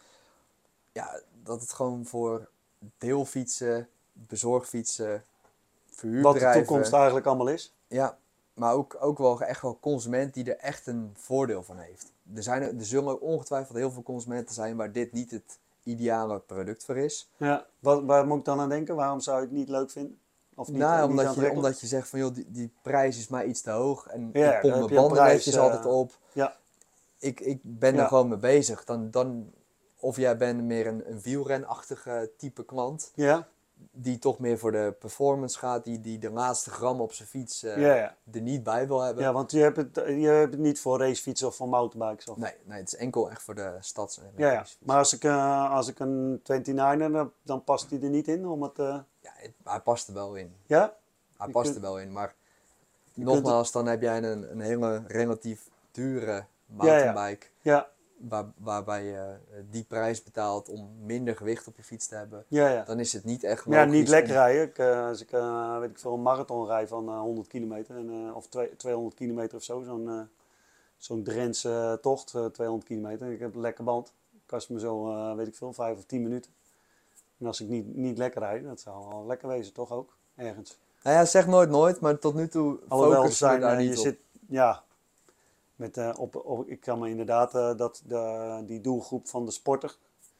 ja, dat het gewoon voor deelfietsen, bezorgfietsen, Wat verhuurbedrijven... de toekomst eigenlijk allemaal is. Ja, maar ook, ook wel echt wel consument die er echt een voordeel van heeft. Er, zijn, er er zullen ongetwijfeld heel veel consumenten zijn waar dit niet het ideale product voor is. Ja. Wat, waar moet ik dan aan denken? Waarom zou je het niet leuk vinden? Of niet, Nou, eh, niet omdat, je, aantrekkelijk? omdat je zegt van joh, die, die prijs is maar iets te hoog. En Ja, ik pomp dan heb mijn je een banden prijs, netjes eh, altijd op. Ja, Ik, ik ben Ja. er gewoon mee bezig. Dan, dan, of jij bent meer een, een wielrenachtige type klant. ja, Die toch meer voor de performance gaat. Die, die de laatste gram op zijn fiets eh, ja, ja. er niet bij wil hebben. Ja, want je hebt, het, je hebt het niet voor racefietsen of voor mountainbikes. Of... Nee, nee, het is enkel echt voor de stads- en Ja, ja. racefiets. Maar als ik, eh, als ik een negenentwintiger, dan, dan past die er niet in. Om het, eh, Ja, het- hij past er wel in. ja? Hij Je past kunt- er wel in, maar kunt nogmaals, dan heb jij een, een hele relatief dure Ja, ja. mountainbike. Ja, Waar, waarbij je eh, die prijs betaalt om minder gewicht op je fiets te hebben. ja, ja. Dan is het niet echt Ja, logisch niet lekker om- rijden. Ik, eh, als ik eh, weet ik veel, een marathon rijd van eh, honderd kilometer en, eh, of twee- tweehonderd kilometer of zo, zo'n eh zo'n Drentse tocht, eh, tweehonderd kilometer. Ik heb een lekker band. Kost me zo, eh, weet ik veel, vijf of tien minuten. En als ik niet, niet lekker rijd, dat zou wel lekker wezen, toch ook? Ergens. Nou ja, zeg nooit nooit, maar tot nu toe Alhoewel, er focussen we zijn, daar eh, je niet op. zit, ja, met, eh, op, op, ik kan me inderdaad eh, dat de, die doelgroep van de sporter,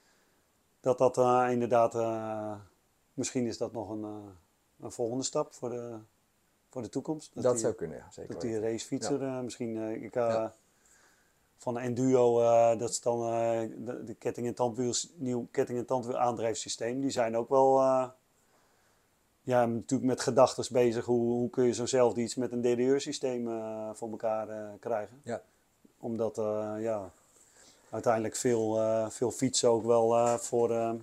dat dat eh, inderdaad, eh, misschien is dat nog een, eh, een volgende stap voor de, voor de toekomst. Dat die, zou kunnen, ja, zeker Dat die weten. racefietser, eh, misschien, eh, ik, eh, Ja. van de Enduro, eh, dat is dan eh, de, de ketting- en tandwiel, nieuw ketting- en tandwiel aandrijfsysteem, die zijn ook wel, eh, ja, natuurlijk met gedachtes bezig, hoe, hoe kun je zo'nzelfde iets met een D D R-systeem eh, voor elkaar eh, krijgen. Ja. Omdat, eh, ja, uiteindelijk veel, eh, veel fietsen ook wel eh, voor eh,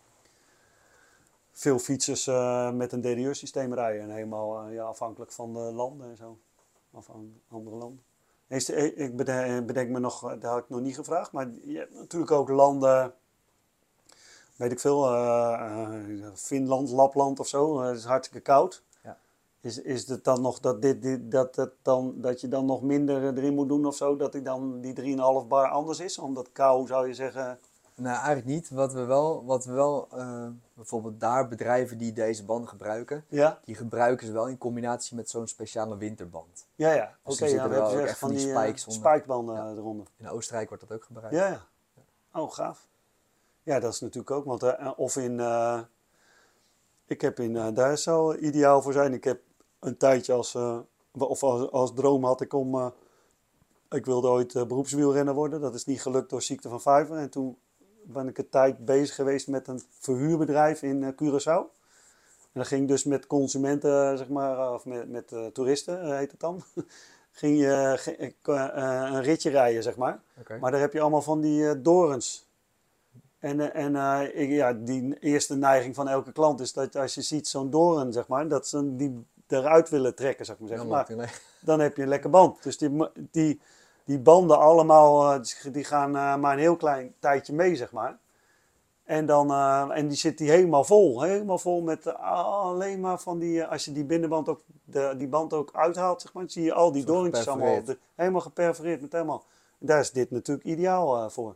veel fietsers eh, met een D D R-systeem rijden. En helemaal eh, ja, afhankelijk van de landen en zo. Of van andere landen. Is- Ik bede- bedenk me nog, dat had ik nog niet gevraagd, maar je hebt natuurlijk ook landen, weet ik veel, eh, eh, Finland, Lapland of zo. Eh, Het is hartstikke koud. Ja. Is, is het dan nog dat, dit, dit, dat, dat, dan, dat je dan nog minder erin moet doen of zo? Dat die dan die drie komma vijf bar anders is? Omdat kou zou je zeggen. Nou, eigenlijk niet. Wat we wel, wat we wel eh, bijvoorbeeld daar bedrijven die deze banden gebruiken, Ja, die gebruiken ze wel in combinatie met zo'n speciale winterband. ja, ja. Dus Oké, er ja, zitten we wel hebben ook echt echt van van die die eh, spikes onder. spikebanden Ja. eronder. In Oostenrijk wordt dat ook gebruikt. Ja, ja. Oh, gaaf. Ja, dat is natuurlijk ook. Want, eh, of in. eh, ik heb in. eh, daar zou ideaal voor zijn. Ik heb een tijdje als. eh, of als, als droom had ik om. eh, ik wilde ooit eh, beroepswielrenner worden. Dat is niet gelukt door ziekte van vijver. En toen ben ik een tijd bezig geweest met een verhuurbedrijf in eh, Curaçao. En dat ging dus met consumenten, zeg maar, eh, of met, met eh, toeristen, eh, heet het dan. ging je ge- eh, eh, een ritje rijden, zeg maar. Oké. Maar daar heb je allemaal van die eh, dorens. En, eh, en eh, ik, ja, die eerste neiging van elke klant is dat als je ziet zo'n doren, zeg maar, dat ze die eruit willen trekken, zeg maar. Dan Zeggen. loopt Maar hij leeg. dan heb je een lekker band. Dus die, mo- die, die banden allemaal, eh, die gaan eh, maar een heel klein tijdje mee, zeg maar. En, dan, eh, en die zit die helemaal vol. Helemaal vol met eh, alleen maar van die... eh, als je die binnenband ook, de, die band ook uithaalt, zeg maar, dan zie je al die Zo doorntjes allemaal. geperforeerd. De, helemaal geperforeerd met helemaal Daar is dit natuurlijk ideaal uh, voor.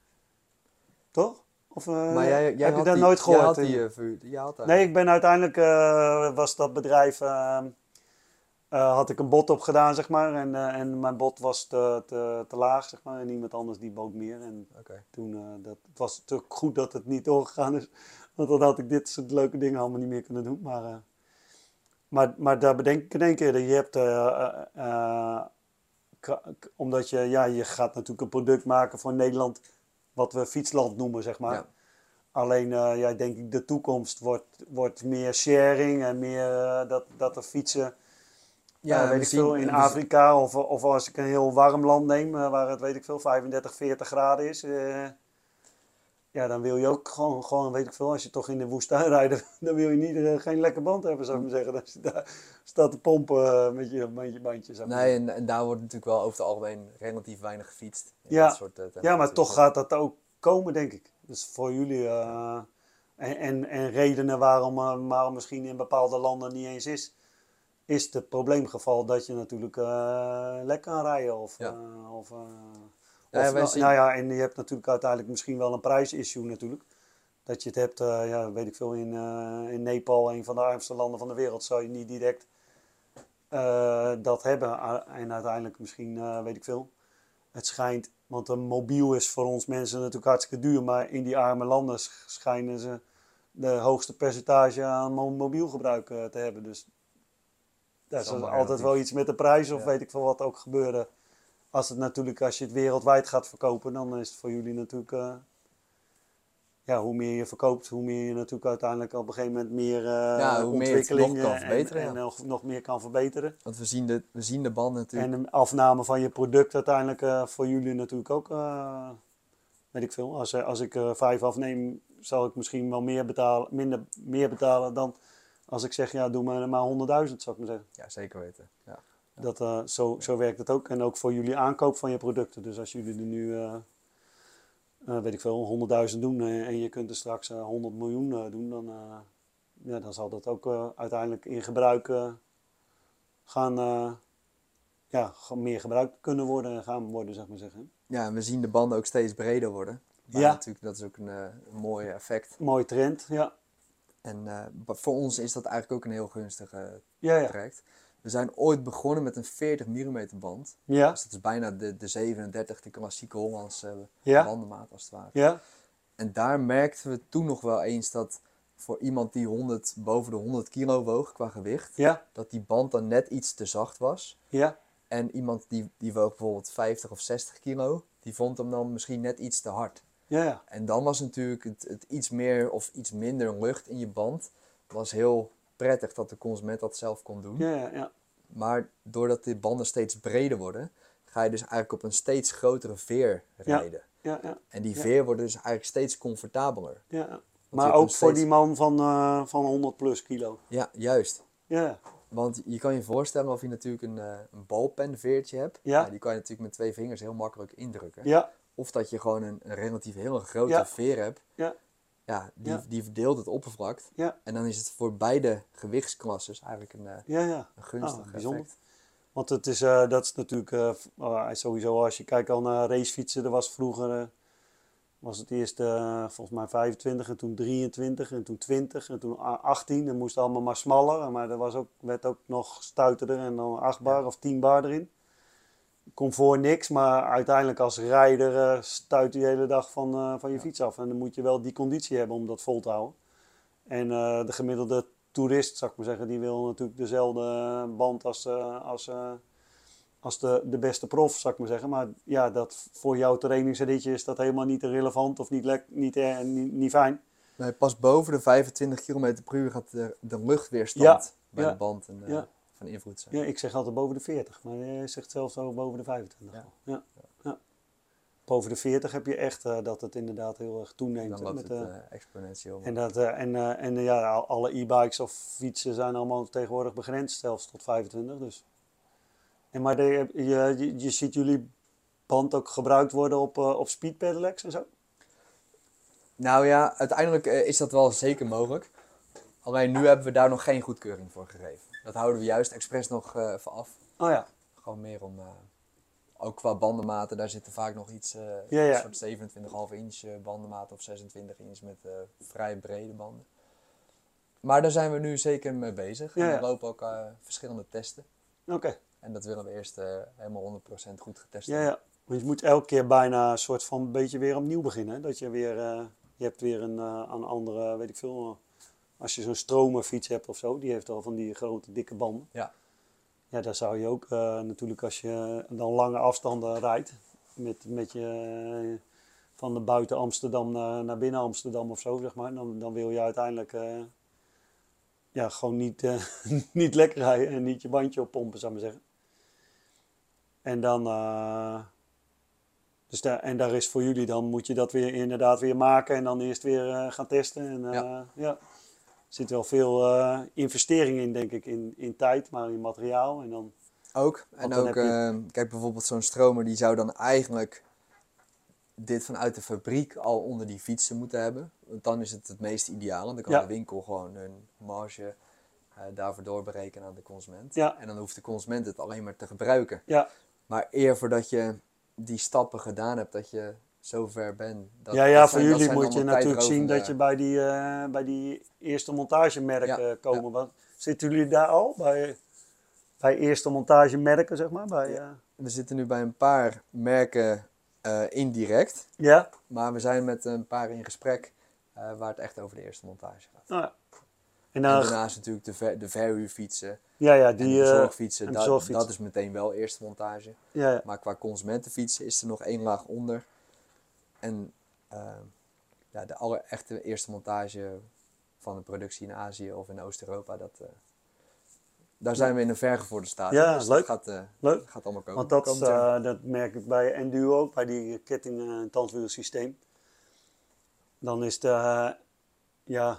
Toch? Of uh, Maar jij, jij heb je had dat die, nooit gehoord? Jij had die uh, verhuurd. Jij had daar. Nee, ik ben uiteindelijk, uh, was dat bedrijf, uh, uh, had ik een bod op gedaan, zeg maar. En, uh, en mijn bod was te, te, te laag, zeg maar. En iemand anders die bood meer. En Okay. toen, uh, dat, het was natuurlijk goed dat het niet doorgegaan is. Want dan had ik dit soort leuke dingen allemaal niet meer kunnen doen. Maar, uh, maar, maar daar bedenk ik in één keer dat je hebt... Uh, uh, k- k- omdat je, ja, je gaat natuurlijk een product maken voor Nederland... wat we fietsland noemen, zeg maar. Ja. Alleen, uh, ja, denk ik, de toekomst wordt, wordt meer sharing en meer uh, dat, dat er fietsen, Ja, uh, weet we ik zien, veel, in we zien- Afrika of, of als ik een heel warm land neem, uh, waar het, weet ik veel, vijfendertig, veertig graden is. Uh, ja, dan wil je ook gewoon, gewoon, weet ik veel, als je toch in de woestijn rijdt, dan wil je niet, uh, geen lekker band hebben, zou ik maar zeggen. Als je daar staat te pompen uh, met, je, met je bandje, zou ik maar Nee, zeggen. en, en daar wordt natuurlijk wel over het algemeen relatief weinig gefietst. In Ja, dat soort, uh, ja, maar toch temperaturen. gaat dat ook komen, denk ik. Dus voor jullie. Uh, en, en, en redenen waarom, uh, waarom misschien in bepaalde landen niet eens is. Is het probleemgeval dat je natuurlijk uh, lek kan rijden. Of, Ja. uh, of, uh, Ja, of wij nou, zien- nou ja, en je hebt natuurlijk uiteindelijk misschien wel een prijsissue natuurlijk. Dat je het hebt, uh, ja, weet ik veel, in, uh, in Nepal, een van de armste landen van de wereld, zou je niet direct uh, dat hebben. En uiteindelijk misschien, uh, weet ik veel. Het schijnt, want een mobiel is voor ons mensen natuurlijk hartstikke duur, maar in die arme landen schijnen ze de hoogste percentage aan mobielgebruik uh, te hebben. Dus dat is allemaal altijd relatief. wel iets met de prijs of Ja. weet ik veel wat ook gebeurde. Als het natuurlijk, als je het wereldwijd gaat verkopen, dan is het voor jullie natuurlijk, uh, ja, hoe meer je verkoopt, hoe meer je natuurlijk uiteindelijk op een gegeven moment meer uh, Ja, hoe meer je het nog ontwikkeling kan en, verbeteren, en ja. nog, nog meer kan verbeteren. Want we zien de, we zien de banden natuurlijk. En de afname van je product uiteindelijk uh, voor jullie natuurlijk ook, uh, weet ik veel. Als, als ik uh, vijf afneem, zal ik misschien wel meer betalen, minder, meer betalen dan als ik zeg, ja, doe maar, maar honderdduizend, zou ik maar zeggen. Ja, zeker weten. Ja. Ja. Dat, uh, zo, zo werkt het ook. En ook voor jullie aankoop van je producten. Dus als jullie er nu, uh, uh, weet ik veel, honderdduizend doen uh, en je kunt er straks uh, honderd miljoen uh, doen, dan, uh, ja, dan zal dat ook uh, uiteindelijk in gebruik uh, gaan, uh, ja, meer gebruikt kunnen worden en gaan worden, zeg maar zeggen. Ja, en we zien de banden ook steeds breder worden. Maar Ja. natuurlijk, dat is ook een, uh, een mooi effect. Mooie trend, ja. En uh, voor ons is dat eigenlijk ook een heel gunstig uh, Ja, ja. traject. We zijn ooit begonnen met een veertig millimeter band. Ja, Dus dat is bijna de, de zevenendertig, de klassieke Hollandse uh, Ja. bandenmaat als het ware. ja, En daar merkten we toen nog wel eens dat voor iemand die honderd, boven de honderd kilo woog qua gewicht, ja, dat die band dan net iets te zacht was. ja, En iemand die, die woog bijvoorbeeld vijftig of zestig kilo, die vond hem dan misschien net iets te hard. ja, ja. En dan was natuurlijk het, het iets meer of iets minder lucht in je band, was heel prettig dat de consument dat zelf kon doen. Ja, ja, ja. Maar doordat de banden steeds breder worden, ga je dus eigenlijk op een steeds grotere veer rijden. Ja, ja, En die Ja. veer wordt dus eigenlijk steeds comfortabeler. ja. Want Maar je ook komt voor steeds- die man van, uh, van honderd plus kilo. Ja, juist. Ja, Want je kan je voorstellen of je natuurlijk een, uh, een balpenveertje hebt. Ja. Nou, die kan je natuurlijk met twee vingers heel makkelijk indrukken. ja, Of dat je gewoon een, een relatief hele grote Ja. veer hebt. Ja. Ja, die, Ja. die verdeelt het oppervlak. ja, En dan is het voor beide gewichtsklasses eigenlijk een, uh, ja, ja. een gunstig Ah, bijzonder. effect. Want het is, uh, dat is natuurlijk uh, uh, sowieso als je kijkt al naar racefietsen. Er was vroeger, uh, was het eerst uh, volgens mij vijfentwintig en toen drieëntwintig en toen twintig en toen achttien. Dat moest allemaal maar smaller, maar er was ook, werd ook nog stuiterder en dan acht bar Ja. of tien bar erin. Comfort niks, maar uiteindelijk als rijder uh, stuit je de hele dag van, uh, van je Ja. fiets af. En dan moet je wel die conditie hebben om dat vol te houden. En uh, de gemiddelde toerist, zou ik maar zeggen, die wil natuurlijk dezelfde band als, uh, als, uh, als de, de beste prof, zou ik maar zeggen. Maar ja, dat, voor jouw trainingseditje is dat helemaal niet relevant of niet, lek, niet, uh, niet, niet fijn. Nee, pas boven de vijfentwintig kilometer per uur gaat de, de luchtweerstand Ja, bij ja, de band een, uh, ja. van invloed zijn. Ja, ik zeg altijd boven de veertig, maar jij zegt zelfs ook boven de vijfentwintig. Ja. Ja. Ja. Boven de veertig heb je echt uh, dat het inderdaad heel erg toeneemt. Dan hè, loopt met, het uh, uh, exponentieel. En, dat, uh, en, uh, en uh, ja, alle e-bikes of fietsen zijn allemaal tegenwoordig begrensd, zelfs tot vijfentwintig. Dus. En maar de, je, je, je ziet jullie band ook gebruikt worden op, uh, op speed pedelecs en zo? Nou ja, uiteindelijk uh, is dat wel zeker mogelijk. Alleen nu hebben we daar nog geen goedkeuring voor gegeven. Dat houden we juist expres nog uh, even af. Oh ja. Gewoon meer om... Uh, ook qua bandenmaten, daar zitten vaak nog iets, uh, Ja, ja. een soort zevenentwintig komma vijf inch uh, bandenmaten of zesentwintig inch met uh, vrij brede banden. Maar daar zijn we nu zeker mee bezig. Ja, en ja. er lopen ook uh, verschillende testen. Oké. Okay. En dat willen we eerst uh, helemaal honderd procent goed getest Ja, hebben. ja. Want je moet elke keer bijna een soort van een beetje weer opnieuw beginnen. Hè? Dat je weer, uh, je hebt weer een, uh, een andere, weet ik veel, uh, als je zo'n stromerfiets hebt of zo, die heeft al van die grote dikke banden. Ja. Ja, daar zou je ook uh, natuurlijk als je dan lange afstanden rijdt, met, met je uh, van de buiten Amsterdam naar, naar binnen Amsterdam of zo, zeg maar, dan, dan wil je uiteindelijk uh, ja, gewoon niet, uh, niet lekker rijden en niet je bandje oppompen, zou ik maar zeggen. En dan, uh, dus daar, en daar is voor jullie dan, moet je dat weer inderdaad weer maken en dan eerst weer uh, gaan testen. En, uh, ja. ja, er zit wel veel uh, investering in, denk ik, in, in tijd, maar in materiaal. En dan, ook, en ook, je... uh, kijk bijvoorbeeld zo'n stromer, die zou dan eigenlijk dit vanuit de fabriek al onder die fietsen moeten hebben. Want dan is het het meest ideaal, dan kan ja. de winkel gewoon een marge uh, daarvoor doorberekenen aan de consument. Ja. En dan hoeft de consument het alleen maar te gebruiken. Ja. Maar eer voordat je die stappen gedaan hebt, dat je zover bent. Dat, ja, ja dat voor zijn, jullie moet je natuurlijk zien dat uh, je bij die, uh, bij die eerste montagemerken ja, komen. Ja. Zitten jullie daar al? Bij, bij eerste montagemerken, zeg maar? Bij, uh... ja. We zitten nu bij een paar merken uh, indirect. Ja. Maar we zijn met een paar in gesprek uh, waar het echt over de eerste montage gaat. Oh ja. En, dan, en daarnaast natuurlijk de, ver, de verhuurfietsen. Ja, ja, die, en de bezorgfietsen. Uh, dat, bezorgfietsen. dat is meteen wel eerste montage. Ja, ja. Maar qua consumentenfietsen is er nog één laag onder. En uh, ja, de aller echte eerste montage van de productie in Azië of in Oost-Europa, dat, uh, daar zijn we in een vergevorderde staat. Ja, dus leuk. Dat gaat, uh, leuk. Dat gaat allemaal komen. Want dat, uh, dat merk ik bij Enduo ook, bij die ketting- en uh, tandwielsysteem. Dan is de, uh, ja,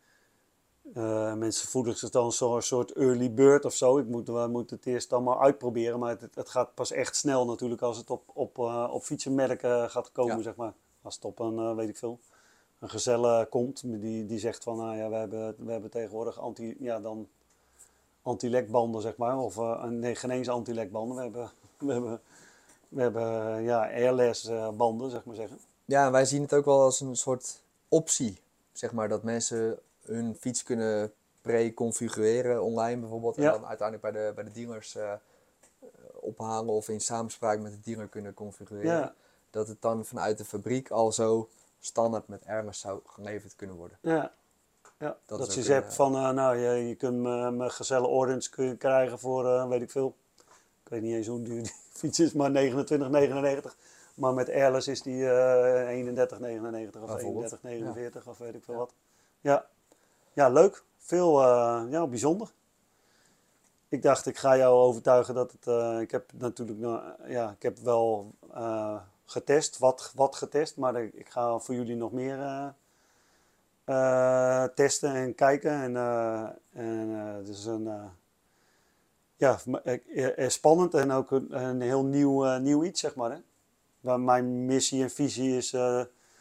uh, mensen voelen zich dan zo'n soort early bird of zo. Ik moet, we moeten het eerst allemaal uitproberen, maar het, het gaat pas echt snel natuurlijk als het op, op, uh, op fietsenmerken gaat komen, ja. zeg maar. Als het op een, uh, weet ik veel, een gezelle komt, die, die zegt van, nou ja, we hebben, we hebben tegenwoordig anti, ja, dan anti-lekbanden, zeg maar. Of uh, nee, geen eens anti-lekbanden. We hebben, we hebben, we hebben uh, ja, airless uh, banden, zeg maar zeggen. Ja, wij zien het ook wel als een soort optie, zeg maar, dat mensen hun fiets kunnen pre-configureren online bijvoorbeeld. En ja. dan uiteindelijk bij de, bij de dealers uh, ophalen of in samenspraak met de dealer kunnen configureren. Ja. Dat het dan vanuit de fabriek al zo standaard met airless zou geleverd kunnen worden. Ja, ja. dat, dat je zegt uh, van, uh, nou, je, je kunt mijn Gazelle Orange kun je krijgen voor, uh, weet ik veel. Ik weet niet eens hoe duur die fiets is, maar negenentwintig negenennegentig. Maar met airless is die uh, eenendertig negenennegentig of eenendertig negenenveertig ja. of weet ik veel ja. wat. Ja, ja leuk. Veel, uh, ja, bijzonder. Ik dacht, ik ga jou overtuigen dat het, uh, ik heb natuurlijk, uh, ja, ik heb wel uh, getest, wat, wat getest, maar ik, ik ga voor jullie nog meer uh, uh, testen en kijken. En, uh, en uh, het is een, uh, ja, uh, spannend en ook een, een heel nieuw, uh, nieuw iets, zeg maar, hè. Waar mijn missie en visie is uh,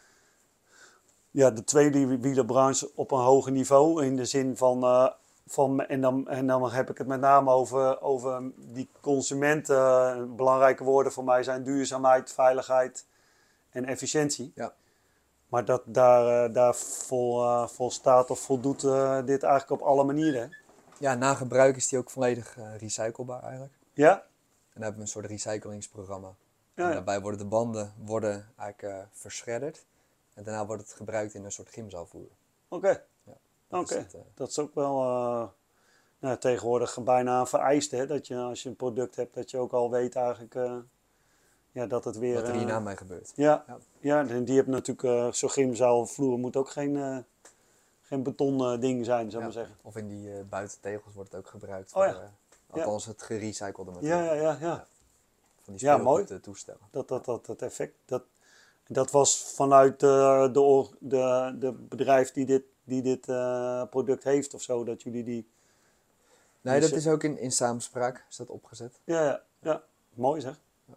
ja, de tweewielenbranche op een hoger niveau. In de zin van, uh, van en, dan, en dan heb ik het met name over, over die consumenten. Uh, belangrijke woorden voor mij zijn duurzaamheid, veiligheid en efficiëntie. Ja. Maar dat daar, uh, daar vol, uh, volstaat of voldoet uh, dit eigenlijk op alle manieren. Hè? Ja, na gebruik is die ook volledig uh, recyclebaar eigenlijk. Ja. En dan hebben we een soort recyclingsprogramma. Ja, ja. En daarbij worden de banden worden eigenlijk uh, verschredderd. En daarna wordt het gebruikt in een soort gymzaalvoer. Oké. Okay. Ja, dat, okay. uh... dat is ook wel uh, nou, tegenwoordig bijna vereist. Hè? Dat je als je een product hebt, dat je ook al weet eigenlijk uh, ja, dat het weer... Wat er hierna uh, mee gebeurt. Ja, ja. ja en die hebben natuurlijk... Uh, zo'n gymzaalvloer moet ook geen, uh, geen beton uh, ding zijn, zou ik ja. maar zeggen. Of in die uh, buitentegels wordt het ook gebruikt. Oh, voor, ja. uh, althans ja. het gerecyclede materiaal. Ja, ja, ja. ja. ja. Van die ja, mooi. toestellen. Dat, dat, dat, dat effect. Dat, dat was vanuit uh, de, de, de bedrijf die dit, die dit uh, product heeft of zo, dat jullie die... Nee, die dat is ook in, in samenspraak, is dat opgezet. Ja, ja, ja. Mooi zeg. Ja.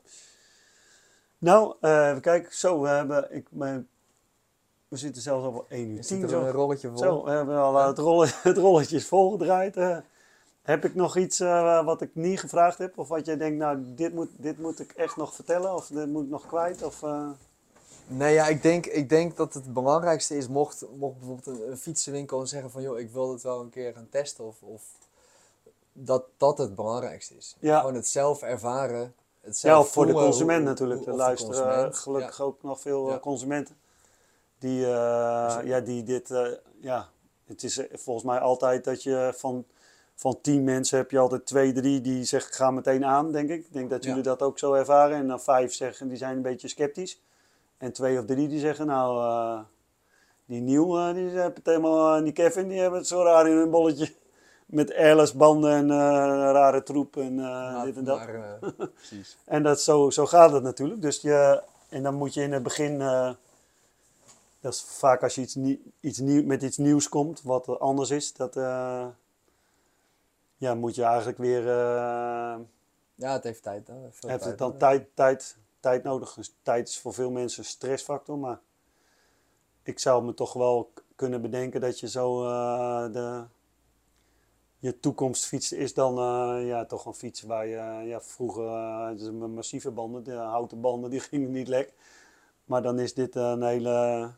Nou, uh, even kijken. Zo, we hebben... Ik, mijn, we zitten zelfs al één uur tien. Zo. Een rolletje vol. Zo, we hebben al uh, het, rolletje, het rolletje is volgedraaid. Uh. Heb ik nog iets uh, wat ik niet gevraagd heb? Of wat jij denkt, nou, dit moet, dit moet ik echt nog vertellen? Of dit moet ik nog kwijt? Of, uh... Nee, ja, ik denk, ik denk dat het belangrijkste is, mocht, mocht bijvoorbeeld een, een fietsenwinkel zeggen van, joh, ik wil het wel een keer gaan testen. Of, of dat dat het belangrijkste is. Ja. Gewoon het zelf ervaren. Het zelf ja, voor de consument hoe, natuurlijk. Hoe, er luisteren consument. gelukkig ja. ook nog veel ja. consumenten. Die, uh, ja, die dit, uh, ja, het is volgens mij altijd dat je van, van tien mensen heb je altijd twee, drie die zeggen, ga meteen aan, denk ik. Ik denk dat jullie ja. dat ook zo ervaren. En dan vijf zeggen, die zijn een beetje sceptisch. En twee of drie die zeggen, nou, uh, die nieuw, uh, die hebben het helemaal, uh, die Kevin, die hebben het zo raar in hun bolletje. Met airless banden en uh, rare troep en uh, dit en dat. Maar, uh, precies. En dat, zo, zo gaat het natuurlijk. Dus je, en dan moet je in het begin... Uh, dat is vaak als je iets nie, iets nieuw, met iets nieuws komt, wat anders is, dat uh, ja, moet je eigenlijk weer... Uh, ja, het heeft tijd. Hè? Veel heeft tijd, het dan hè? tijd, tijd, tijd nodig. Dus tijd is voor veel mensen een stressfactor, maar ik zou me toch wel k- kunnen bedenken dat je zo uh, de... Je toekomstfiets is dan uh, ja, toch een fiets waar je uh, ja, vroeger uh, dus massieve banden, de houten banden, die gingen niet lek. Maar dan is dit uh, een hele,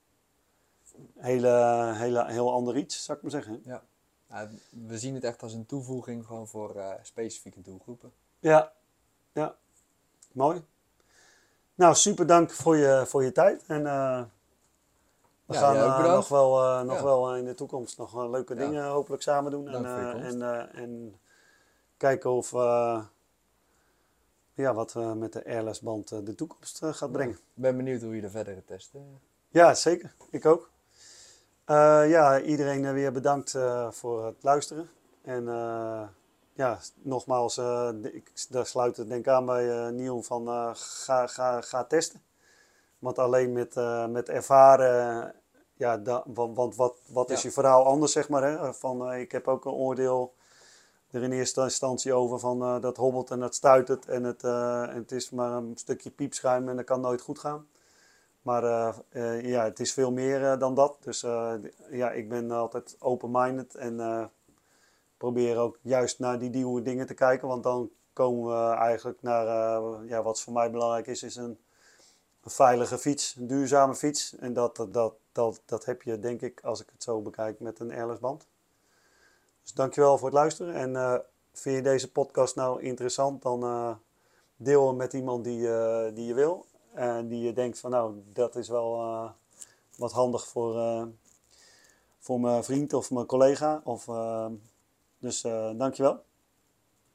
hele, hele, heel ander iets, zou ik maar zeggen. Ja. Ja, we zien het echt als een toevoeging gewoon voor uh, specifieke doelgroepen. Ja, ja, mooi. Nou, super dank voor je, voor je tijd. En uh, we ja, gaan uh, nog, wel, uh, nog ja. wel in de toekomst nog uh, leuke ja. dingen hopelijk samen doen. Dank en, voor je uh, komst. en, uh, en kijken of uh, ja, wat uh, met de airless band uh, de toekomst uh, gaat brengen. Ik ben benieuwd hoe je de verdere testen. Ja, zeker. Ik ook. Uh, ja, iedereen uh, weer bedankt uh, voor het luisteren. En uh, ja, nogmaals, uh, ik, daar sluit het denk ik aan bij uh, Niel van uh, ga, ga, ga testen. Want alleen met, uh, met ervaren, ja, da, want, want wat, wat ja. is je verhaal anders, zeg maar. Hè? Van, uh, ik heb ook een oordeel er in eerste instantie over van uh, dat hobbelt en dat stuitert. En het, uh, en het is maar een stukje piepschuim en dat kan nooit goed gaan. Maar uh, uh, ja, het is veel meer uh, dan dat. Dus uh, ja, ik ben altijd open-minded en uh, probeer ook juist naar die nieuwe dingen te kijken. Want dan komen we eigenlijk naar, uh, ja, wat voor mij belangrijk is, is een, een veilige fiets, een duurzame fiets. En dat, dat, dat, dat, dat heb je denk ik, als ik het zo bekijk, met een airless band. Dus dankjewel voor het luisteren. En uh, vind je deze podcast nou interessant, dan uh, deel hem met iemand die, uh, die je wil. En die je denkt van nou, dat is wel uh, wat handig voor, uh, voor mijn vriend of mijn collega. Of, uh, dus uh, dankjewel.